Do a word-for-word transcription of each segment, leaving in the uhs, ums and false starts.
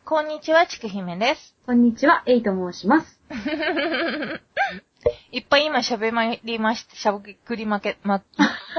こんにちは、ちくひめです。 こんにちは、えいと申します。 いっぱい今喋りまし、喋りまけ、ま、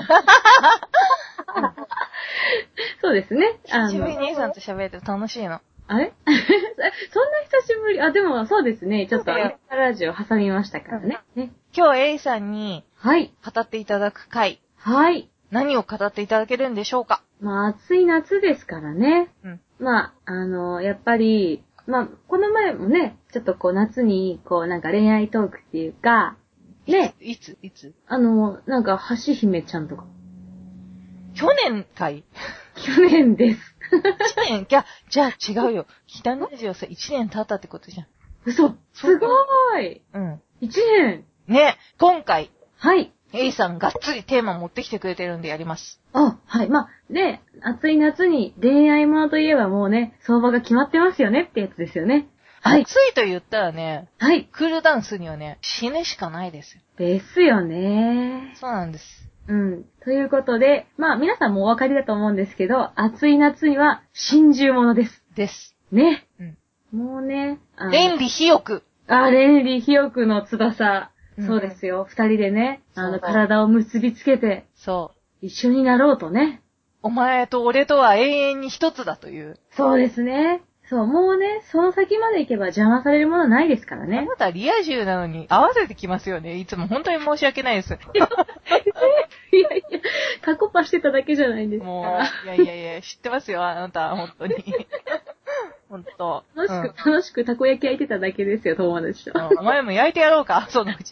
そうですね。 久しぶりに兄さんと喋って楽しいの。 あれそんな久しぶり、あ、でもそうですね。ちょっとアメリカラジオ挟みましたからね。ね今日、エイさんに、 はい。 語っていただく回。 はい。 何を語っていただけるんでしょうか。 まあ、暑い夏ですからね。 うん。 まあ、あの、やっぱり、まあ、この前もね、ちょっとこう夏に、こうなんか恋愛トークっていうか、ね。 いついつあの、なんか、橋姫ちゃんとか。 去年かい去年です。 一年いや、じゃあ違うよ。北のラジオさ、一年経ったってことじゃん。 嘘すごーいうん。 一年ね、今回。 はい。 エイさんがっつりテーマ持ってきてくれてるんでやります。 あ、はい。まあ、ね、暑い夏に恋愛ものといえばもうね、相場が決まってますよねってやつですよね。はい。 暑いと言ったらね、 はい。 クールダウンすにはね、死ぬしかないですよ。 ですよね。 そうなんです。 うん。ということで、まあ皆さんもお分かりだと思うんですけど、暑い夏には心中ものです。 です。 ね。 うん。 もうね、あ恋理肥欲。 あ、恋理肥欲の翼。 うん、 そうですよ。二人でね、あの、 そう体を結びつけて、 そう。 一緒になろうとね。 お前と俺とは永遠に一つだという。 そうですね。そう、もうね、その先まで行けば邪魔されるものはないですからあね。 なたリア充なのに合わせてきますよね。いつも本当に申し訳ないです。 いやいや、タコパしてただけじゃないですか。 もう、いやいやいや、知ってますよ、あなた、本当に。本当。 楽しく、 うん、 楽しくたこ焼き焼いてただけですよ、友達と。 お前も焼いてやろうか、そのうち。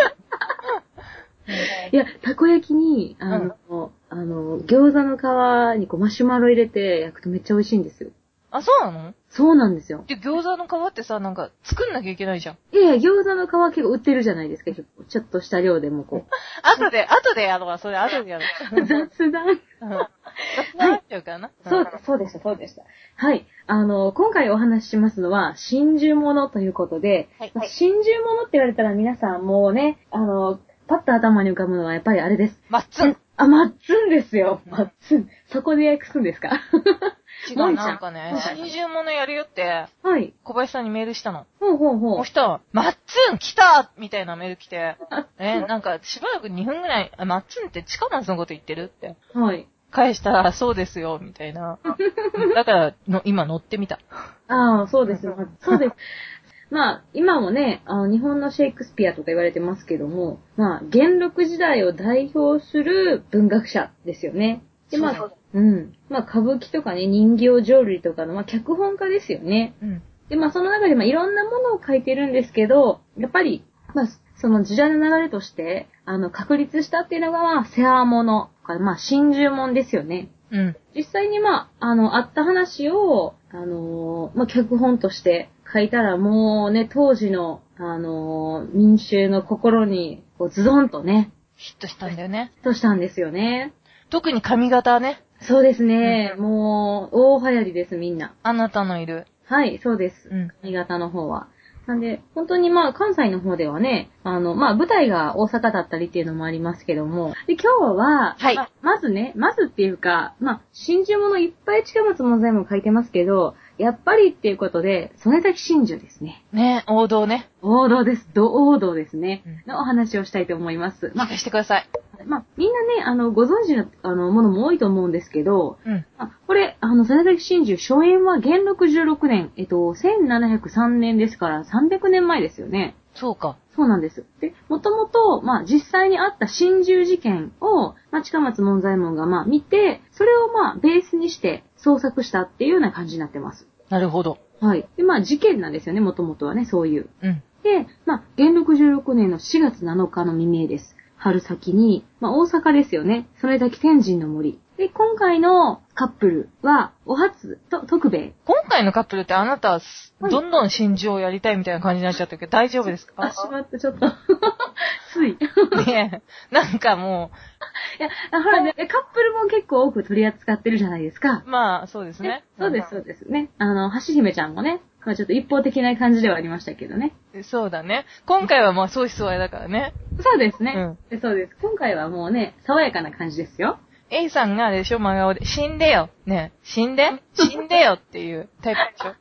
いや、たこ焼きに、あの、うん、あの、餃子の皮にこうマシュマロ入れて焼くとめっちゃ美味しいんですよ。 あ、そうなの？ そうなんですよ。 で、餃子の皮ってさ、なんか、作んなきゃいけないじゃん。 いやいや、餃子の皮結構売ってるじゃないですか、ちょっとした量でもこう。 後で、後でやろう、それ後でやろう。 雑談。 雑談っちゃうかな、 そう、そうでした、そうでした。はい。あの、今回お話ししますのは、心中ものということで、はいはい、心中ものって言われたら皆さんもうね、あの、パッと頭に浮かぶのはやっぱりあれです。 マッツン。 あ、マッツンですよ。マッツン。そこで訳すんですか？ 違う、なんかね、心中ものやるよって、はい。小林さんにメールしたの。 ほうほうほう。 そしたら、マッツン来たみたいなメール来て、え、なんかしばらくにふんぐらい、マッツンって近松のこと言ってるって。はい。返したら、そうですよ、みたいな。だからの、今乗ってみた。 ああ、そうですよ。そうです。まあ、今もね、あの、日本のシェイクスピアとか言われてますけども、まあ、元禄時代を代表する文学者ですよね。で、まあ、うん。まあ、歌舞伎とかね、人形浄瑠璃とかの、まあ、脚本家ですよね。うん。で、まあ、その中で、まあ、いろんなものを書いてるんですけど、やっぱり、まあ、その時代の流れとして、あの、確立したっていうのが、まあ、世話物とか、まあ、心中物ですよね。うん。実際に、まあ、あの、あった話を、あのー、まあ、脚本として書いたら、もうね、当時の、あのー、民衆の心に、こう、ズドンとね。 ヒットしたんだよね。 ヒットしたんですよね。 特に髪型ね。 そうですね。うん、もう、大流行りです、みんな。 あなたのいる。 はい、そうです。うん、髪型の方は。なんで、本当にまあ、関西の方ではね、あの、まあ、舞台が大阪だったりっていうのもありますけども、で、今日は、はい。まあ、まずね、まずっていうか、まあ、心中物いっぱい近松門左衛門書いてますけど、やっぱりっていうことで、曽根崎心中ですね。 ね、王道ね。 王道です。ど王道ですね。うん、のお話をしたいと思います。 まあ、してください。 まあ、みんなね、あの、ご存知の、あの、ものも多いと思うんですけど、うん。あこれ、あの、曽根崎心中、初演は元禄じゅうろくねん、えっと、せんななひゃくさんねんですから、さんびゃくねんまえですよね。 そうか。 そうなんです。で、もともと、まあ、実際にあった心中事件を、まあ、近松門左衛門が、まあ、見て、それを、まあ、ベースにして創作したっていうような感じになってます。 なるほど。 はい。で、まあ、事件なんですよね、もともとはね、そういう。 うん。 で、まあ、元禄じゅうろくねんのしがつなのかの未明です。春先に、まあ、大阪ですよね。曽根崎天神の森。で、今回のカップルは、お初、と、徳兵衛。 今回のカップルってあなた、どんどん心中をやりたいみたいな感じになっちゃったけど、大丈夫ですか？ あ、しまった、ちょっと。つい。 ねえ、なんかもう。いや、ほらね、カップルも結構多く取り扱ってるじゃないですか。 まあ、そうですね。 そうです、そうですね。あの、橋姫ちゃんもね、まあちょっと一方的な感じではありましたけどね。 そうだね。今回はまあ、相思相愛だからね。 そうですね。うん。そうです。今回はもうね、爽やかな感じですよ。 A さんがあれでしょ、真顔で。死んでよ。ね死んで死んでよっていうタイプでしょ。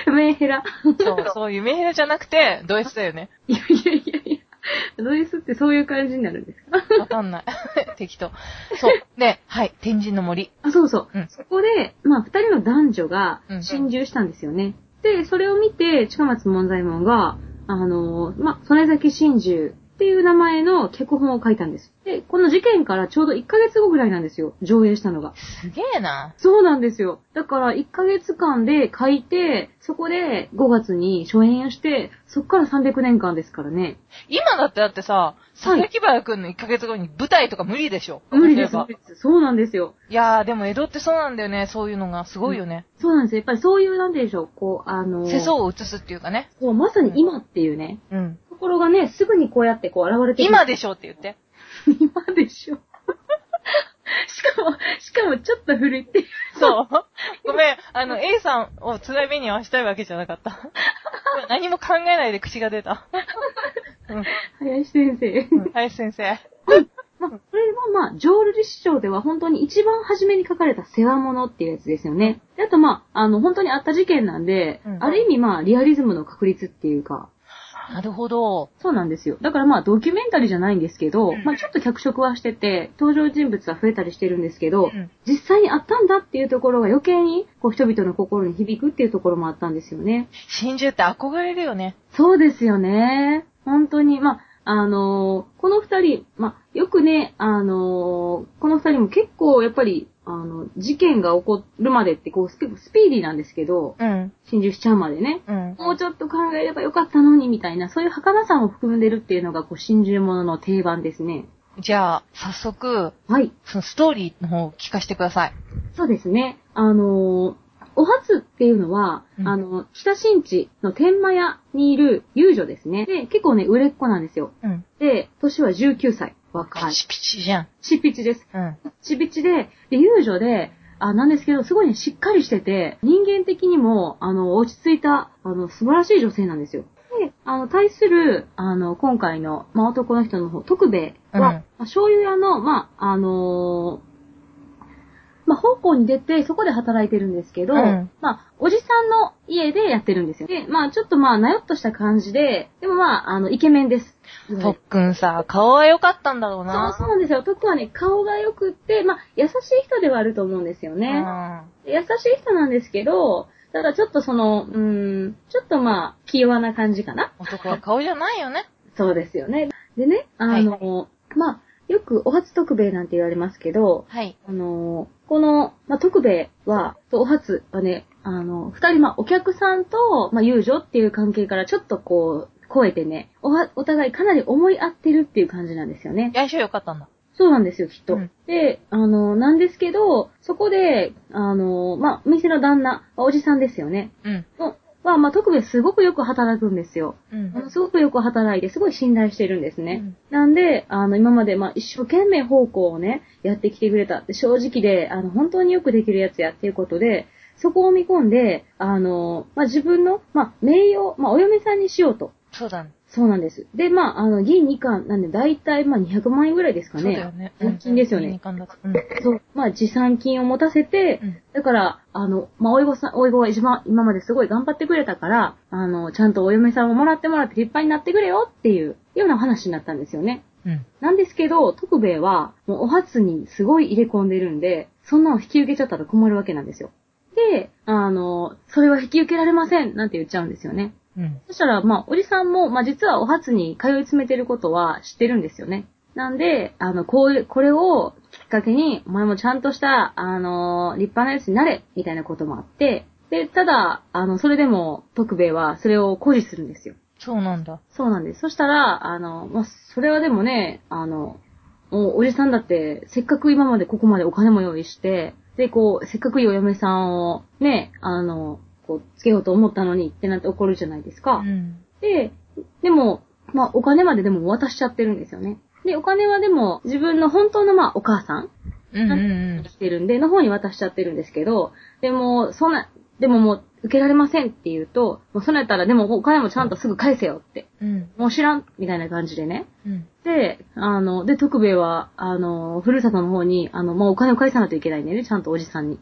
メンヘラ。 そう、そういうメンヘラじゃなくて、ド S だよね。 いやいやいやいや。ド S ってそういう感じになるんですか？ わかんない。適当。そう。で、はい、天神の森。 あ、そうそう。 うん、 そこで、まあ、二人の男女が心中したんですよね。うん、で、それを見て、近松門左衛門が、あのー、まあ、曽根崎心中っていう名前の脚本を書いたんです。で、この事件からちょうどいっかげつごぐらいなんですよ。上映したのが。 すげえな。 そうなんですよ。だからいっかげつかんで書いて、そこでごがつに初演をして、そっからさんびゃくねんかんですからね。 今だってだってさ、佐々木原くんのいっかげつごに舞台とか無理でしょ。 無理です、無理です。そうなんですよ。 いやー、でも江戸ってそうなんだよね。そういうのがすごいよね。 うん、そうなんですよ。やっぱりそういう、なんて言うんでしょう。こう、あのー、 世相を映すっていうかね。 そう、まさに今っていうね。 うん。 ところがね、すぐにこうやってこう現れてくる。 今でしょって言って。 今でしょ。しかも、しかもちょっと古いって。 そう。ごめん、あの、A さんを辛い目に合わせたいわけじゃなかった。何も考えないで口が出た。 うん、林先生。 うん、林先生。 まあ、これはまあ、浄瑠璃師匠では本当に一番初めに書かれた世話物っていうやつですよね。であとまあ、あの、本当にあった事件なんで、うん、ある意味まあ、リアリズムの確立っていうか。 なるほど。 そうなんですよ。だからまあ、ドキュメンタリーじゃないんですけど、うん、まあちょっと脚色はしてて、登場人物は増えたりしてるんですけど、うん、実際にあったんだっていうところが余計に、こう人々の心に響くっていうところもあったんですよね。 心中って憧れるよね。 そうですよね。本当に、まあ、あのー、この二人、まあ、よくね、あのー、この二人も結構やっぱり、あの、事件が起こるまでってこうスピ、スピーディーなんですけど、うん。心中しちゃうまでね、うん。もうちょっと考えればよかったのに、みたいな、そういう儚さも含んでるっていうのが、こう、心中ものの定番ですね。 じゃあ、早速、 はい。 そのストーリーの方を聞かせてください。 そうですね。あのー、お初っていうのは、うん、あの、北新地の天満屋にいる遊女ですね。で、結構ね、売れっ子なんですよ。うん、で、年はじゅうきゅうさい。若い。 ピチピチじゃん。 ピチピチです。うん。ピチピチで、で、遊女で、あ、なんですけど、すごいね、しっかりしてて、人間的にも、あの、落ち着いた、あの、素晴らしい女性なんですよ。で、あの、対する、あの、今回の、まあ、男の人の方、徳兵衛は、うん、まあ、醤油屋の、まあ、あのー、まあ、香港に出て、そこで働いてるんですけど、うん、まあ、おじさんの家でやってるんですよ。で、まあ、ちょっとまあ、なよっとした感じで、でもまあ、あの、イケメンです。 とっくんさ、顔は良かったんだろうな。 そう、そうなんですよ。とっくんはね、顔が良くって、まあ、優しい人ではあると思うんですよね。うん、優しい人なんですけど、ただちょっとその、うーん、ちょっとまあ、気弱な感じかな。 男は顔じゃないよね。 そうですよね。でね、あの、はい、まあ、よくお初徳兵衛なんて言われますけど、はい。あの、この、まあ、徳兵衛は、お初はね、あの、二人、まあ、お客さんと、まあ、遊女っていう関係からちょっとこう、超えてね、おは、お互いかなり思い合ってるっていう感じなんですよね。 相性良かったんだ。 そうなんですよ、きっと。うん、で、あの、なんですけど、そこで、あの、まあ、お店の旦那、おじさんですよね。うん。は、まあ、特別すごくよく働くんですよ。うん。すごくよく働いて、すごい信頼してるんですね。うん、なんで、あの、今まで、まあ、一生懸命奉公をね、やってきてくれたって、正直で、あの、本当によくできるやつやっていうことで、そこを見込んで、あの、まあ、自分の、まあ、名誉、まあ、お嫁さんにしようと。 そうだね。 そうなんです。で、まあ、あの、銀に貫なんで、だいたい、まあ、にひゃくまんえんぐらいですかね。そうだよね。 現金ですよね。 銀に貫だと。うん。 そう。まあ、持参金を持たせて、うん、だから、あの、まあ、おいごさん、おいごは一番、今まですごい頑張ってくれたから、あの、ちゃんとお嫁さんをもらってもらって立派になってくれよっていう、ような話になったんですよね。うん。なんですけど、徳兵衛は、もうお初にすごい入れ込んでるんで、そんなの引き受けちゃったら困るわけなんですよ。で、あの、それは引き受けられませんなんて言っちゃうんですよね。うん、そしたら、まあ、おじさんも、まあ、実はお初に通い詰めてることは知ってるんですよね。なんで、あの、こういう、これをきっかけに、お前もちゃんとした、あの、立派なやつになれ、みたいなこともあって、で、ただ、あの、それでも、徳兵衛はそれを誇示するんですよ。 そうなんだ。 そうなんです。そしたら、あの、まあ、それはでもね、あの、もうおじさんだって、せっかく今までここまでお金も用意して、で、こう、せっかくいいお嫁さんを、ね、あの、こう、つけようと思ったのにってなって怒るじゃないですか。うん、で、でも、まあ、お金まででも渡しちゃってるんですよね。で、お金はでも、自分の本当のまあ、お母さんうんうんうん。 来てるんで、の方に渡しちゃってるんですけど、でも、そんな、でももう、受けられませんって言うと、もうそれやったら、でもお金もちゃんとすぐ返せよって。うん。もう知らんみたいな感じでね。うん。で、あの、で、徳兵衛は、あの、ふるさとの方に、あの、もうお金を返さないといけないんでね、ちゃんとおじさんに。うん。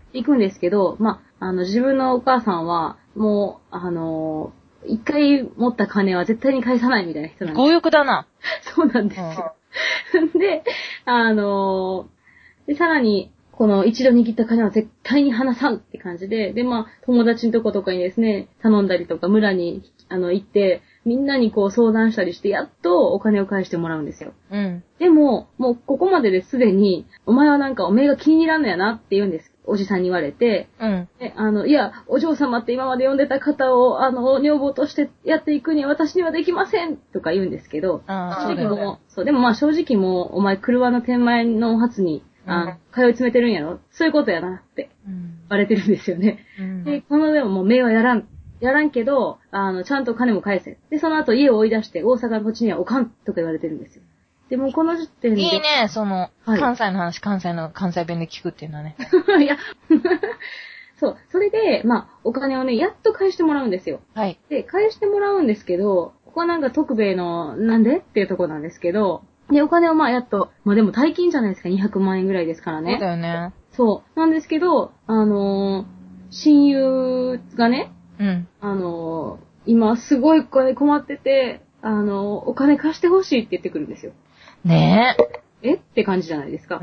行くんですけど、まあ、あの、自分のお母さんは、もう、あの、一回持った金は絶対に返さないみたいな人なんです。 強欲だな。 そうなんですよ。うん、で、あの、で、さらに、この一度握った金は絶対に離さんって感じで、で、まあ、友達のとことかにですね、頼んだりとか、村に、あの、行って、みんなにこう相談したりして、やっとお金を返してもらうんですよ。 うん。 でも、もうここまでですでに、お前はなんかおめえが気に入らんのやなって言うんです。おじさんに言われて。 うん。 で、あの、いや、お嬢様って今まで呼んでた方を、あの、女房としてやっていくには私にはできませんとか言うんですけど、 ああ、 正直もう、 そうだよね。 そう、でもまあ正直もう、お前車の天前のお初に、あの、通い詰めてるんやろ、そういうことやなって言われてるんですよね。うん、で、このでももう目はやらん。やらんけど、あの、ちゃんと金も返せ。で、その後家を追い出して大阪の土地にはおかんとか言われてるんですよ。でもこの時点で。 いいね、その、はい、関西の話、関西の関西弁で聞くっていうのはね。 いや、そう。それで、まあ、お金をね、やっと返してもらうんですよ。 はい。 で、返してもらうんですけど、ここはなんか特米の、なんでっていうところなんですけど、で、お金をまあやっと、まあでも大金じゃないですか、にひゃくまんえんぐらいですからね。 そうだよね。 そう。なんですけど、あのー、親友がね、 うん。 あのー、今すごいお金困ってて、あのー、お金貸してほしいって言ってくるんですよ。 ねえ。えって感じじゃないですか。 うん。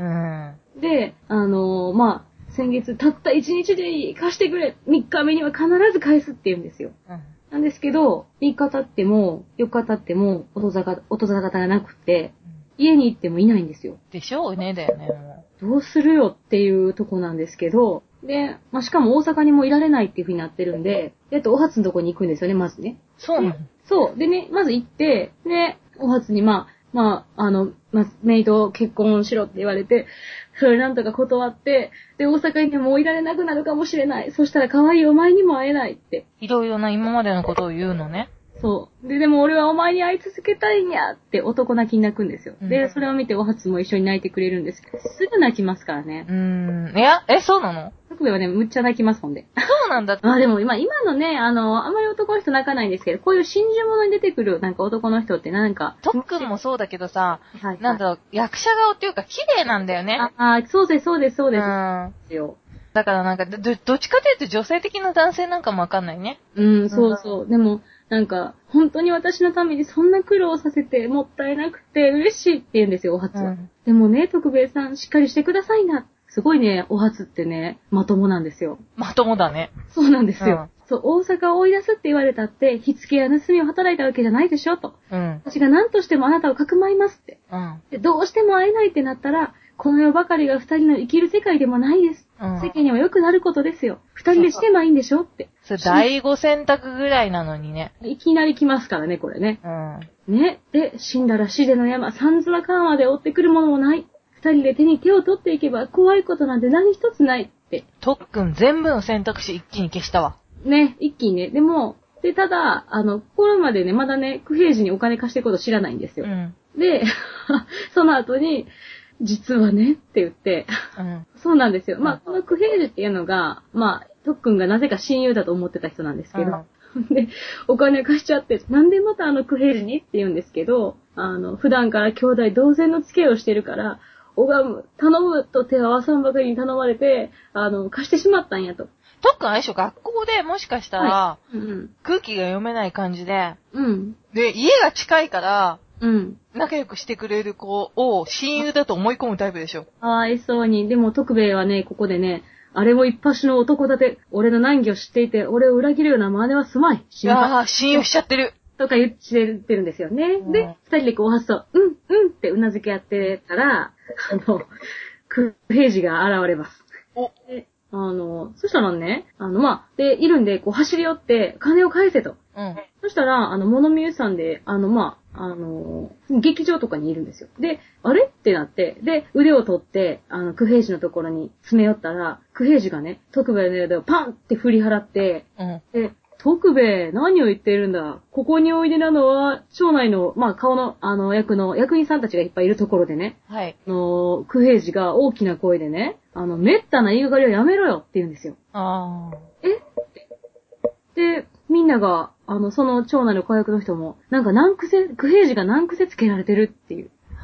で、あのー、まあ、先月たったいちにちでいい、貸してくれ、みっかめには必ず返すって言うんですよ。うん。なんですけど、みっか経っても、よっか経っても、音沙汰がなくて、うん、家に行ってもいないんですよ。 でしょうね、だよね、もう。どうするよっていうとこなんですけど、で、まあ、しかも大阪にもいられないっていう風になってるんで、えっと、お初のとこに行くんですよね、まずね。 そうなの？ そう。でね、まず行って、で、お初にまあ、まあ、あの、まあ、メイド結婚しろって言われて、それなんとか断って、で、大阪にもういられなくなるかもしれない。そしたら可愛いお前にも会えないって。 いろいろな今までのことを言うのね。 そう。で、でも俺はお前に会い続けたいんやって男泣きに泣くんですよ。うん、で、それを見てお初も一緒に泣いてくれるんですけど、すぐ泣きますからね。 うーん。いや、え、そうなの？ 特別はね、むっちゃ泣きますもんで。 そうなんだ。 あ、でも今、今のね、あの、あんまり男の人泣かないんですけど、こういう真珠物に出てくるなんか男の人ってなんか。 特訓もそうだけどさ、はいはい、なんだろう、役者顔っていうか綺麗なんだよね。 ああ、そうです、そうです、そうです。うん。 だからなんかど、どっちかというと女性的な男性なんかもわかんないね。 うん、そうそう。うん、でも、なんか、本当に私のためにそんな苦労させてもったいなくて嬉しいって言うんですよ、お初は。うん、でもね、徳兵衛さん、しっかりしてくださいな。すごいね、お初ってね、まともなんですよ。 まともだね。 そうなんですよ。うん、そう、大阪を追い出すって言われたって、火付けや盗みを働いたわけじゃないでしょ、と。うん。私が何としてもあなたをかくまいますって。うん。で、どうしても会えないってなったら、この世ばかりが二人の生きる世界でもないです。うん、世間には良くなることですよ。二人でしてもいいんでしょって。 それ第五選択ぐらいなのにね。 いきなり来ますからね、これね。うん。ね。で、死んだら死での山、三妻川まで追ってくるものもない。二人で手に手を取っていけば怖いことなんて何一つないって。 特訓全部の選択肢一気に消したわ。 ね、一気にね。でも、で、ただ、あの、これまでね、まだね、九平時にお金貸してること知らないんですよ。うん、で、その後に、実はね、って言って、うん、そうなんですよ。まあ、この九平時っていうのが、まあ、特訓がなぜか親友だと思ってた人なんですけど、うん、で、お金貸しちゃって、なんでまたあの九平時にって言うんですけど、あの、普段から兄弟同然の付き合いをしてるから、拝む、頼むと手を合わさんばかりに頼まれて、あの、貸してしまったんやと。 特訓あれでしょ、学校でもしかしたら、はいうんうん、空気が読めない感じで、うん、で、家が近いから、うん、仲良くしてくれる子を親友だと思い込むタイプでしょ。 かわいそうに。でも、徳兵衛はね、ここでね、あれも一発の男だて、俺の難儀を知っていて、俺を裏切るような真似はすまい。 いやー、親友しちゃってる。 とか言ってるんですよね。うん、で、二人でこう、おはすと、うん、うんってうなずき合ってたら、あの、ク平次が現れます。おであの、そしたらね、あの、まあ、で、いるんで、こう、走り寄って、金を返せと。うん。そしたら、あの、物見湯さんで、あの、まあ、あの、劇場とかにいるんですよ。で、あれってなって、で、腕を取って、あの、九平次のところに詰め寄ったら、九平次がね、徳兵衛の腕をパンって振り払って、うん。で、徳兵衛、何を言っているんだ。ここにおいでなのは、町内の、まあ、顔の、あの、役の、役員さんたちがいっぱいいるところでね。はい。あの、九平次が大きな声でね、あの、めったな言いがかりをやめろよって言うんですよ。ああ。えで、みんなが、あの、その町内の子役の人も、なんか難癖、九平次が難癖つけられてるっていう。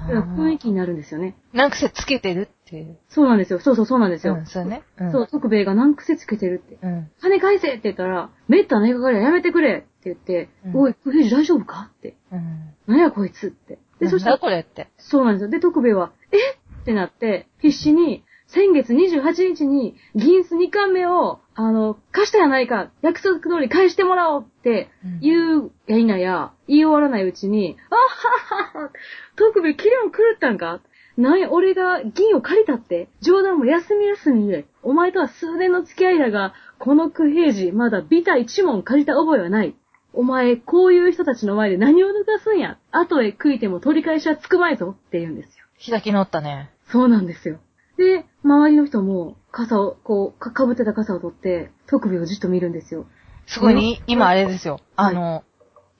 雰囲気になるんですよね。 何癖つけてるっていう。 そうなんですよ。そうそうそうなんですよ。 うん、そうね。うん、 そう、徳兵衛が何癖つけてるって。うん、金返せって言ったら、めったな映画狩りはやめてくれって言って、うん、おい、クヘイジ大丈夫かって。うん、何やこいつって。 で、そしたら、これって。 そうなんですよ。で、徳兵衛は、えってなって、必死に、先月にじゅうはちにちに銀子にかんめを、あの、貸したやないか、約束通り返してもらおうって言うやいなや、言い終わらないうちに、あははは、徳兵衛キレも狂ったんかなんや、俺が銀を借りたって冗談も休み休みで、お前とは数年の付き合いだが、この九平時、まだビタ一問借りた覚えはない。お前、こういう人たちの前で何を抜かすんや。後へ悔いても取り返しはつくまいぞって言うんですよ。 開き直ったね。 そうなんですよ。で、周りの人も、傘を、こう、か、かぶってた傘を取って、特備をじっと見るんですよ。 すごいに、今あれですよ。あの、はい、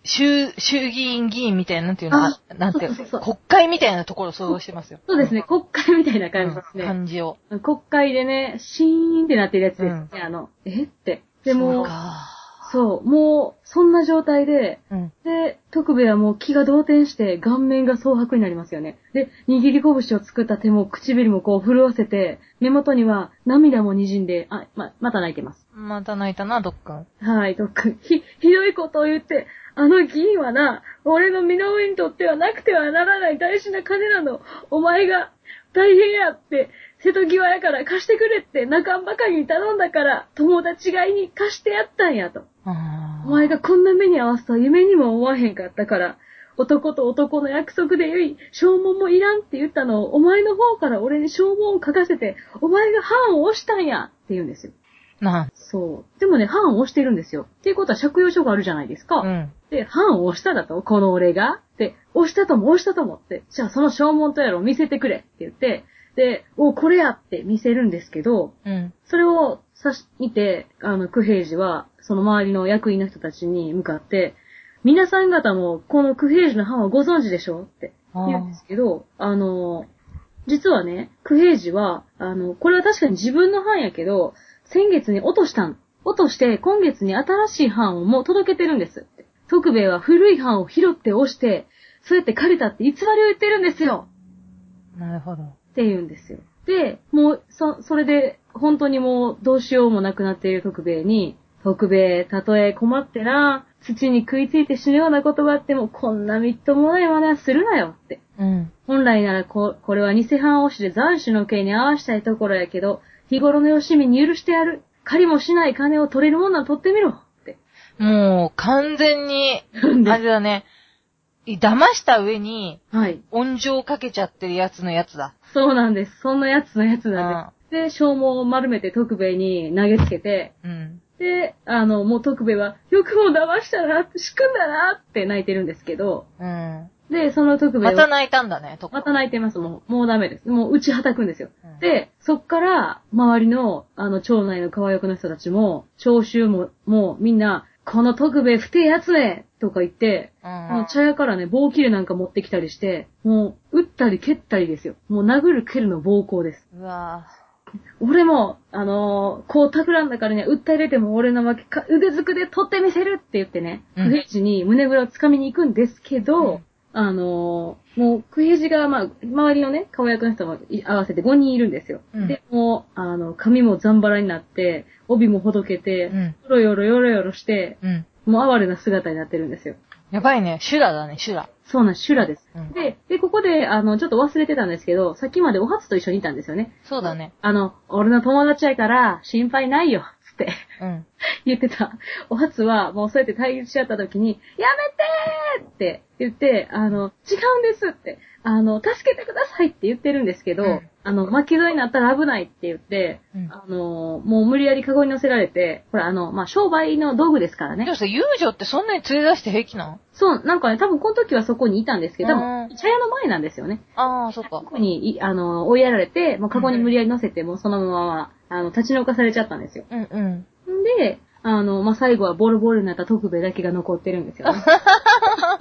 衆、衆議院議員みたいな、なんていうのあ、なんていうの国会みたいなところを想像してますよ。 そうですね、国会みたいな感じですね。 うん、感じを。 国会でね、シーンってなってるやつですね。うん、あの、えって。でも、そうか。そう、もう、そんな状態で、うん、で、徳兵衛はもう気が動転して顔面が蒼白になりますよね。で、握り拳を作った手も唇もこう震わせて、目元には涙も滲んで、あ、ま、また泣いてます。 また泣いたな、ドックン。 はい、ドックン。ひ、ひどいことを言って、あの議員はな、俺の身の上にとってはなくてはならない大事な金なの。お前が大変やって、瀬戸際やから貸してくれって仲間ばかりに頼んだから、友達がいに貸してやったんやと。お前がこんな目に合わすとは夢にも思わへんかったから、男と男の約束でよい、証文もいらんって言ったのを、お前の方から俺に証文を書かせて、お前が判を押したんやって言うんですよ。 なあ。 そう。でもね、判を押してるんですよ。っていうことは借用書があるじゃないですか。うん。で、判を押しただと、この俺がで、押したとも押したともって、じゃあその証文とやらを見せてくれって言って、で、お、これやって見せるんですけど、うん。それをさし、見て、あの、九平寺は、その周りの役員の人たちに向かって、皆さん方もこの九平寺の藩をご存知でしょって言うんですけど、あ, あの、実はね、九平寺は、あの、これは確かに自分の藩やけど、先月に落としたん。落として今月に新しい藩をもう届けてるんです。徳兵衛は古い藩を拾って押して、そうやって借りたって偽りを言ってるんですよ。 なるほど。 って言うんですよ。で、もう、そ、それで、本当にもう、どうしようもなくなっている徳兵衛に、徳兵衛、たとえ困ってな、土に食いついて死ぬようなことがあっても、こんなみっともない真似はするなよって。うん。本来ならこ、これは偽藩押しで斬首の刑に合わしたいところやけど、日頃のよしみに許してやる。借りもしない金を取れるもんなら取ってみろって。 もう、完全に、あれだね。騙した上に、はい。温情をかけちゃってるやつのやつだ。 そうなんです。そんなやつのやつなんです。で、証文を丸めて徳兵衛に投げつけて、うん。で、あの、もう徳兵衛は、よくも騙したな、仕組んだなって泣いてるんですけど、うん。で、その徳兵衛はまた泣いたんだね、 また泣いてます。もう、もうダメです。もう打ち叩くんですよ。うん、で、そっから、周りの、あの、町内の川役の人たちも、聴衆も、もうみんな、この徳兵衛不定やつめとか言って、うん、茶屋からね、棒切れなんか持ってきたりして、もう、打ったり蹴ったりですよ。もう殴る蹴るの暴行です。うわぁ。俺も、あのー、こう企んだからね、訴え入れても俺の負けか、腕ずくで取ってみせるって言ってね、うん、九平寺に胸ぐらを掴みに行くんですけど、うん、あのー、もう、九平寺が、まあ、周りのね、顔役の人も合わせてごにんいるんですよ。うん、で、もう、あの、髪もザンバラになって、帯もほどけて、うん、よろよろよろよろして、うん、もう哀れな姿になってるんですよ。 やばいね、修羅だね、修羅。 そうなん、修羅です、うん。で、で、ここで、あの、ちょっと忘れてたんですけど、さっきまでお初と一緒にいたんですよね。 そうだね。 あの、俺の友達やから、心配ないよ、つって、うん、言ってた。お初は、もうそうやって対立し合った時に、やめてーって言って、あの、違うんですって、あの、助けてくださいって言ってるんですけど、うん、あの、巻き添えになったら危ないって言って、うん、あの、もう無理やりカゴに乗せられて、これあの、まあ、商売の道具ですからね。 でもさ、遊女ってそんなに連れ出して平気なの？ そう、なんかね、多分この時はそこにいたんですけど、多分、茶屋の前なんですよね。 ああ、そっか。ここに、あの、追いやられて、もうカゴに無理やり乗せて、もうそのまま、あの、立ち退かされちゃったんですよ。うんうん。で、あの、まあ、最後はボロボロになった徳兵衛だけが残ってるんですよね。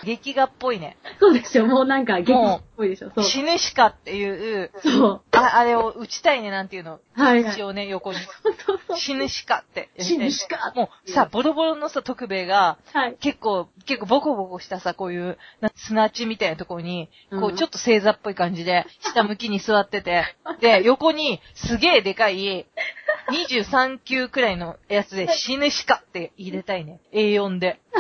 劇画っぽいね。 そうでしょ、もうなんか劇画っぽいでしょ。そう。 死ぬしかっていう、 そう。 あ、あれを打ちたいね、なんていうの。 はい、はい。 一応ね、横に。 そうそうそう。 死ぬしかって。 死ぬしかもうさ、ボロボロのさ、徳兵衛が、はい、結構、結構ボコボコしたさ、こういう、砂地みたいなところに、こう、ちょっと星座っぽい感じで、下向きに座ってて、で、横に、すげえでかい、にじゅうさん級くらいのやつで死ぬしかって入れたいね。エーよん で。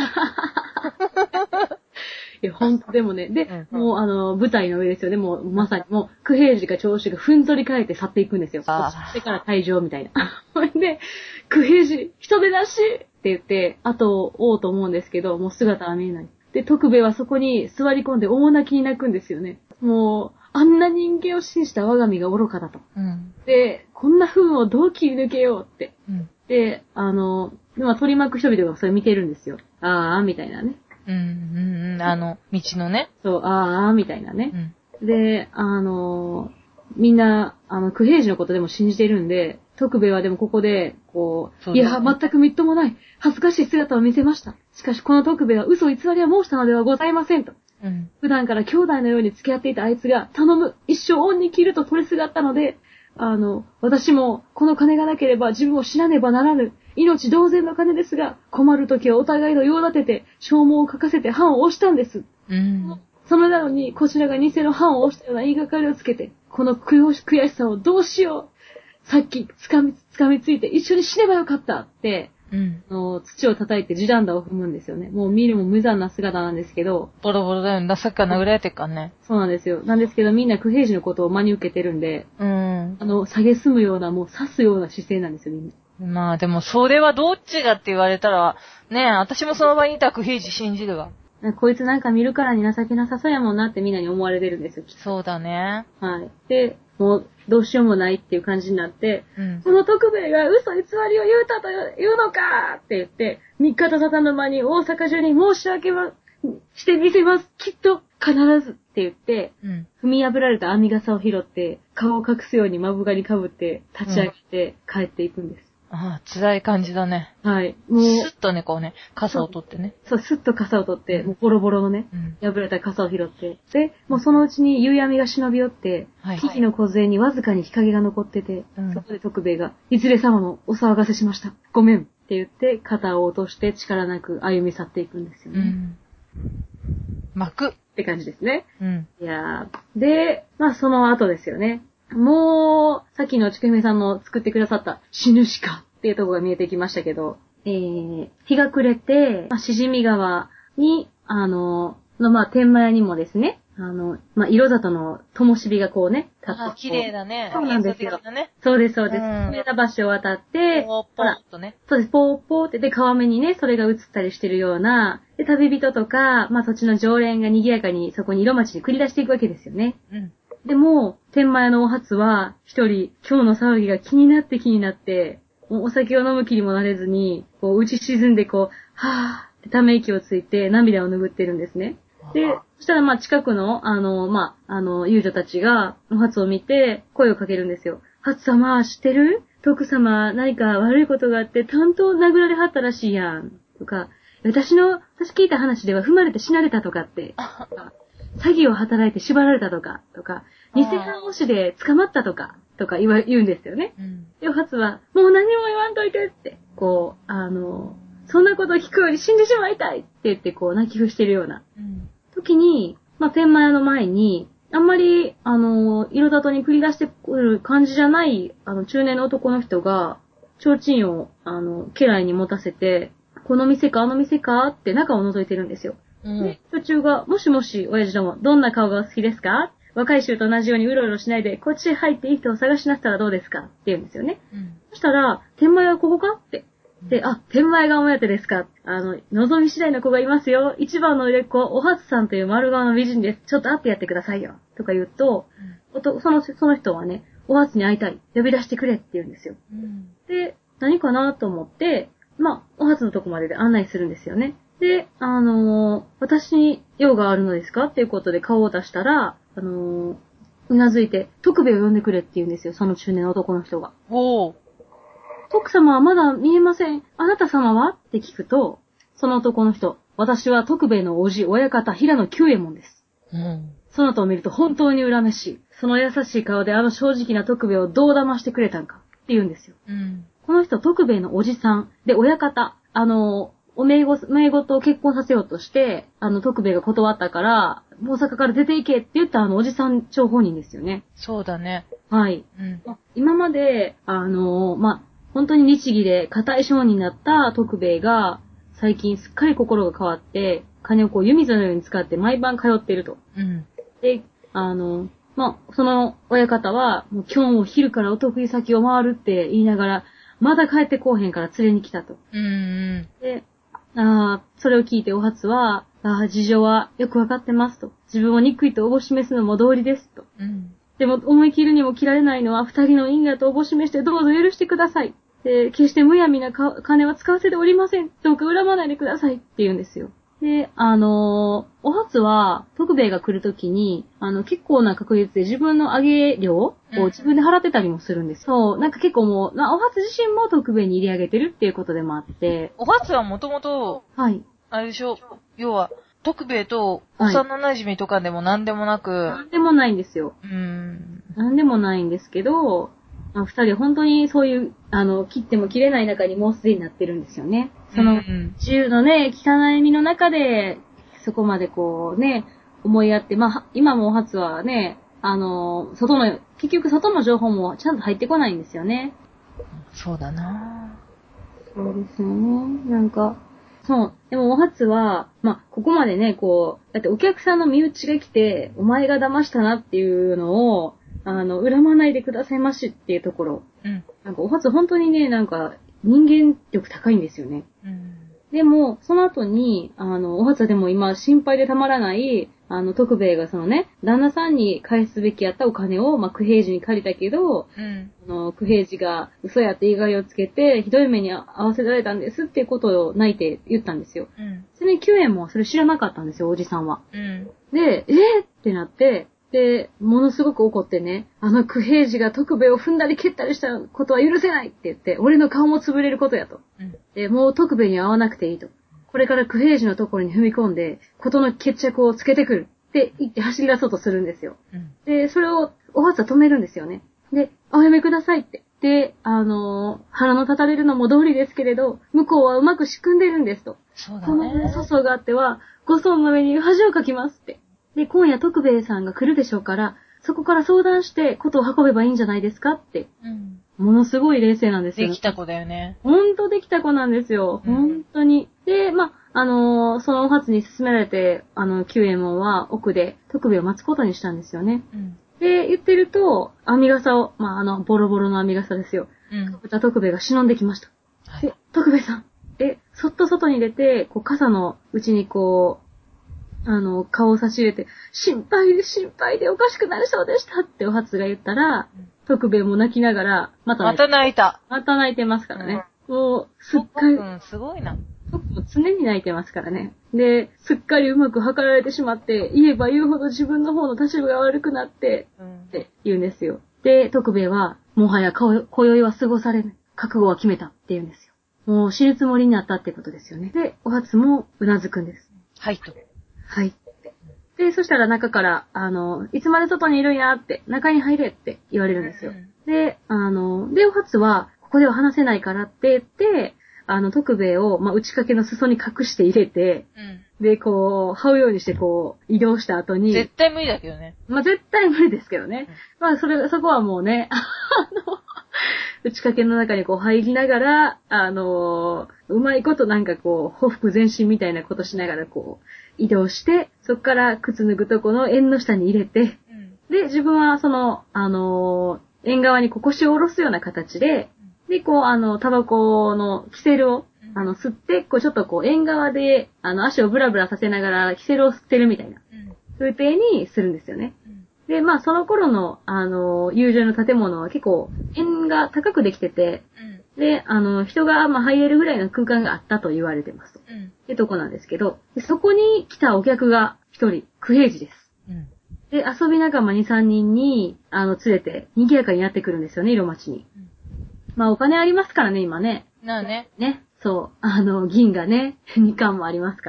いや、ほんと、でもね、で、うんうん、もうあの、舞台の上ですよね、もう、まさに、もう、九平次か長州がふんぞり返って去っていくんですよ。そしてから退場みたいな。で、九平次、人手なしって言って、後を追おうと思うんですけど、もう姿は見えない。で、徳兵衛はそこに座り込んで大泣きに泣くんですよね。もう、あんな人間を信じた我が身が愚かだと。うん、で、こんな糞をどう切り抜けようって。うん、で、あの、まあ、取り巻く人々がそれ見てるんですよ。あー、みたいなね。 うん、うん、うん、あの、道のね。 そう、あー、みたいなね。うん、で、あの、みんな、あの、九平次のことでも信じてるんで、徳兵衛はでもここで、こう、ういや、全くみっともない、恥ずかしい姿を見せました。しかしこの徳兵衛は嘘偽りは申したのではございませんと。うん、普段から兄弟のように付き合っていたあいつが、頼む、一生恩に着ると取りすがったので、あの、私も、この金がなければ自分を死なねばならぬ。命同然の金ですが、困るときはお互いの用立てて、証文を書かせて判を押したんです。うん、それなのに、こちらが偽の判を押したような言いがかりをつけて、この悔しさをどうしよう。さっき掴み、掴みついて一緒に死ねばよかったって、うん、の土を叩いて地団打を踏むんですよね。もう見るも無残な姿なんですけど。 ボロボロだよね。さっきから殴られてっからね。 そうなんですよ。なんですけど、みんな九平次のことを真に受けてるんで、うん。あの、下げすむような、もう刺すような姿勢なんですよ、みんな。 まあでも、それはどっちがって言われたら、ねえ、私もその場にいた九平次信じるわ。 こいつなんか見るからに情けなさそうやもんなってみんなに思われてるんですよ。 そうだね。 はい。で、もうどうしようもないっていう感じになって、うん、この徳兵衛が嘘偽りを言うたというのかって言って、三日と沙汰の間に大阪中に申し訳ま、してみせます。きっと必ずって言って、うん、踏み破られた編み笠を拾って、顔を隠すようにまぶがにかぶって立ち上げて帰っていくんです。 うん、ああ、辛い感じだね。 はい。 もう。スッとね、こうね、傘を取ってね。 そう、スッと傘を取って、うん、もうボロボロのね、うん、破れた傘を拾って。で、もうそのうちに夕闇が忍び寄って、はい、木々の梢にわずかに日陰が残ってて、うん、そこで徳兵衛が、いずれ様もお騒がせしました。ごめんって言って、肩を落として力なく歩み去っていくんですよね。うん、 巻くって感じですね。うん。いやー。で、まあその後ですよね。もう、さっきのちくひめさんの作ってくださった死ぬしかっていうところが見えてきましたけど、えー、日が暮れて、まあ、しじみ川に、あの、の、まあ、天満屋にもですね、あの、まあ、色里の灯火がこうね、 立って。あ、綺麗だね。 そうなんですよ。ね、そうです、そうです。綺麗な橋を渡って、 ポーポーっとね。 そうです、ポーポーって、で、川目にね、それが映ったりしてるような、で、旅人とか、まあ、土地の常連が賑やかにそこに色町に繰り出していくわけですよね。うん。でも、天満屋のお初は、一人、今日の騒ぎが気になって気になって、お酒を飲む気にもなれずに、こう、打ち沈んでこう、はぁーってため息をついて涙を拭ってるんですね。で、そしたらまあ近くの、あの、まあ、あの、遊女たちが、お初を見て、声をかけるんですよ。初様、知ってる？徳様、何か悪いことがあって、担当殴られはったらしいやん。とか、私の、私聞いた話では踏まれて死なれたとかって、詐欺を働いて縛られたとか、とか、偽看護師で捕まったとか、とか言わ、言うんですよね。うん、で、お初は、もう何も言わんといてって、こう、あの、そんなことを聞くより死んでしまいたいって言って、こう、泣き伏してるような、うん、時に、まあ、天満屋の前に、あんまり、あの、色里に繰り出してくる感じじゃない、あの、中年の男の人が、提灯を、あの、家来に持たせて、この店かあの店かって中を覗いてるんですよ。うん、で、途中が、もしもし、親父ども、どんな顔がお好きですか？若い衆と同じようにうろうろしないで、こっちへ入っていい人を探しなったらどうですかって言うんですよね。うん、そしたら、天満屋はここかって。で、あ、天満屋がお目当てですか？あの、望み次第の子がいますよ。一番の売れっ子、おはつさんという丸顔の美人です。ちょっと会ってやってくださいよ。とか言うと、うん、その、その人はね、おはつに会いたい。呼び出してくれって言うんですよ。うん、で、何かなと思って、まあ、おはつのとこまでで案内するんですよね。で、あのー、私に用があるのですかっていうことで顔を出したら、あのー、うなずいて、徳兵衛を呼んでくれって言うんですよ、その中年の男の人が。 おー。 徳様はまだ見えません。あなた様はって聞くと、その男の人、 私は徳兵衛の叔父、親方、平野久右衛門です。うん。そなたを見ると本当に恨めしい。その優しい顔であの正直な徳兵衛をどう騙してくれたんかって言うんですよ。うん。この人、徳兵衛のおじさん。で、親方。あの、おめいご、めいごと結婚させようとして、あの、徳兵衛が断ったから、大阪から出て行けって言ったあの、おじさん張本人ですよね。 そうだね。 はい。うん、今まで、あの、ま、本当に律儀で固い商人になった徳兵衛が、最近すっかり心が変わって、金をこう湯水のように使って毎晩通っていると。うん。で、あの、ま、その親方は、もう今日も昼からお得意先を回るって言いながら、まだ帰ってこうへんから連れに来たと。うんうん。で、あそれを聞いてお初は、あ事情はよくわかってますと。自分を憎いとおぼしめすのも道理ですと。うん。でも思い切るにも切られないのは二人の因果とおぼしめしてどうぞ許してください。で、決してむやみな金は使わせておりません。どうか恨まないでくださいって言うんですよ。で、あのー、お初は、徳兵衛が来るときに、あの、結構な確率で自分の上げ料を自分で払ってたりもするんです。うん、そう、なんか結構もう、まあ、お初自身も徳兵衛に入れ上げてるっていうことでもあって。 お初はもともと、はい。あれでしょ、要は、徳兵衛と幼馴染とかでも何でもなく、はい。 何でもないんですよ。うーん。何でもないんですけど、あ二人は本当にそういう、あの、切っても切れない中にもうすでになってるんですよね。その、銃のね、汚い身の中で、そこまでこうね、思いやって、まあ、今もお初はね、あの、外の、結局外の情報もちゃんと入ってこないんですよね。 そうだなぁ。そうですよね。なんか、そう。でもお初は、まあ、ここまでね、こう、だってお客さんの身内が来て、お前が騙したなっていうのを、あの、恨まないでくださいましっていうところ。うん。なんかお初本当にね、なんか、人間力高いんですよね。うん。でも、その後に、あの、お初はでも今心配でたまらない、あの、徳兵衛がそのね、旦那さんに返すべきやったお金を、まあ、九平次に借りたけど、うん。あの、九平次が嘘やって言いがいをつけて、ひどい目に遭わせられたんですっていうことを泣いて言ったんですよ。うん。それにきゅうえんもそれ知らなかったんですよ、おじさんは。うん。で、えー、ってなって、で、ものすごく怒ってね、あの九平次が徳兵衛を踏んだり蹴ったりしたことは許せないって言って、俺の顔も潰れることやと。うん、で、もう徳兵衛に会わなくていいと。これから九平次のところに踏み込んで、ことの決着をつけてくるって言って走り出そうとするんですよ。うん、で、それをお初は止めるんですよね。で、おやめくださいって。で、あのー、腹の立たれるのも道理ですけれど、向こうはうまく仕組んでるんですと。そうだね。この粗相があっては、ご尊の上に恥をかきますって。で、今夜徳兵衛さんが来るでしょうから、そこから相談してことを運べばいいんじゃないですかって。うん。ものすごい冷静なんですよ。 できた子だよね。 ほんとできた子なんですよ。うん、本当に。で、まあ、あのー、そのお初に勧められて、あの、九右衛門は奥で徳兵衛を待つことにしたんですよね。うん。で、言ってると、編み笠を、まあ、あの、ボロボロの編み笠ですよ。うん。かぶった徳兵衛が忍んできました。はい。で、徳兵衛さん。え、そっと外に出て、こう、傘のうちにこう、あの、顔を差し入れて、心配で心配でおかしくなりそうでしたってお初が言ったら、うん、徳兵衛も泣きながら、 また泣いてまた泣いた。 また泣いてますからね。うん、もう、すっかり。 うん、すごいな。 徳も常に泣いてますからね。で、すっかりうまく計られてしまって、言えば言うほど自分の方の立場が悪くなって、うん、って言うんですよ。で、徳兵衛は、もはや今宵は過ごされない。覚悟は決めたって言うんですよ。もう死ぬつもりになったってことですよね。で、お初もうなずくんです。 はいと。 はい。で、そしたら中から、あの、いつまで外にいるんやって、中に入れって言われるんですよ。うん、で、あの、で、お初は、ここでは話せないからって言って、あの、徳兵衛を、まあ、内掛けの裾に隠して入れて、うん、で、こう、這うようにしてこう、移動した後に。 絶対無理だけどね。 まあ、絶対無理ですけどね。うん、まあ、それ、そこはもうね、あの、内掛けの中にこう入りながら、あの、うまいことなんかこう、ほふ前進みたいなことしながらこう、移動して、そこから靴脱ぐとこの縁の下に入れて、うん、で、自分はその、あのー、縁側にこう腰を下ろすような形で、うん、で、こう、あの、タバコのキセルを、うん、あの、吸って、こう、ちょっとこう、縁側で、あの、足をブラブラさせながら、キセルを吸ってるみたいな、うん、風景にするんですよね。うん、で、まあ、その頃の、あの、友情の建物は結構、縁が高くできてて、うん、で、あの、人が、まあ、入れるぐらいの空間があったと言われてます。うん、ってとこなんですけど、そこに来たお客が一人、九平次です。うん、で、遊び仲間に、さんにんに、あの、連れて、賑やかにやってくるんですよね、色町に。うん、まあ、お金ありますからね、今ね。 なあね。 ね。そう。あの、銀がね、にかんもありますから。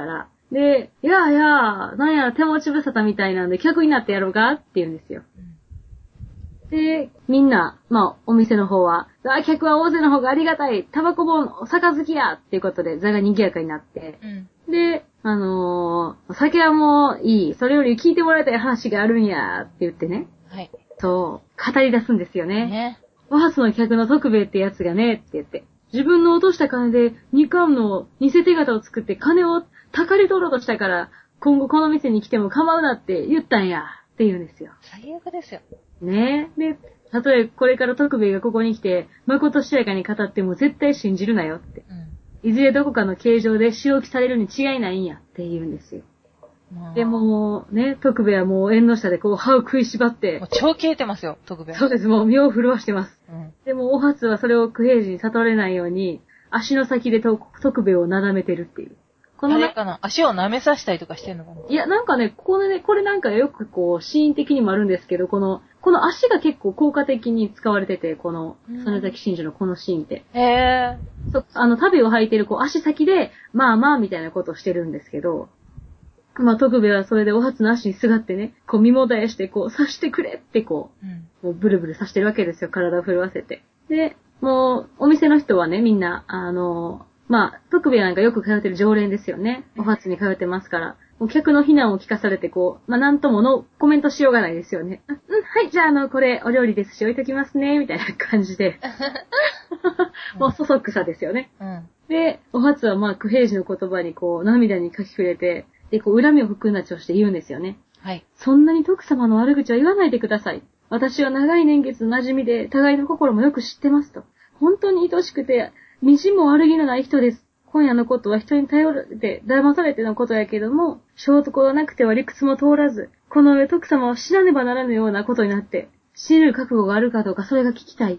で、いやいや、なんや手持ち無沙汰みたいなんで客になってやろうかって言うんですよ。で、みんな、まあ、お店の方は、あ、客は大勢の方がありがたい、タバコ本、杯やっていうことで座が賑やかになって、うん、で、あのー、酒はもういい、それより聞いてもらいたい話があるんや、って言ってね。はい。そう、語り出すんですよね。ね。お初の客の徳兵衛ってやつがね、って言って。自分の落とした金で二冠の偽手形を作って金をたかり取ろうとしたから、今後この店に来ても構うなって言ったんや、って言うんですよ。 最悪ですよ。 ねえ。で、たとえこれから徳兵衛がここに来て、誠しやかに語っても絶対信じるなよって。うん、いずれどこかの形状で仕置きされるに違いないんやって言うんですよ。でも、ね、徳兵衛はもう縁の下でこう歯を食いしばって。 もう超消えてますよ、徳兵衛。 そうです、もう身を震わしてます。うん、でも、お初はそれを九平寺に悟れないように、足の先で徳兵衛をなだめてるっていう。 このね、あれかな、足を舐めさせたりとかしてんのかな。 いや、なんかね、ここでね、これなんかよくこう、シーン的にもあるんですけど、この、この足が結構効果的に使われてて、この、曽根崎真珠のこのシーンって。へー。そ、あの、足袋を履いてるこう、足先で、まあまあみたいなことをしてるんですけど、まあ、徳兵衛はそれでお初の足にすがってね、こう、身もだえして、こう、刺してくれってこう、うん、もうブルブル刺してるわけですよ、体を震わせて。で、もう、お店の人はね、みんな、あの、まあ、徳兵衛なんかよく通ってる常連ですよね。お初に通ってますから。もう客の非難を聞かされて、こう、まあ、なんとものコメントしようがないですよね。うん、はい、じゃあ、あの、これ、お料理ですし、置いときますね、みたいな感じで。もう、そそくさですよね。うん、で、お初はまあ、九平寺の言葉にこう、涙に書き触れて、で、こう、恨みを含んだ調子で言うんですよね。はい。そんなに徳様の悪口は言わないでください。私は長い年月の馴染みで、互いの心もよく知ってますと。本当に愛しくて、みじんも悪気のない人です。今夜のことは人に頼られて、騙されてのことやけども、証拠がなくては理屈も通らず、この上徳様を死なねばならぬようなことになって、死ぬ覚悟があるかどうかそれが聞きたいって、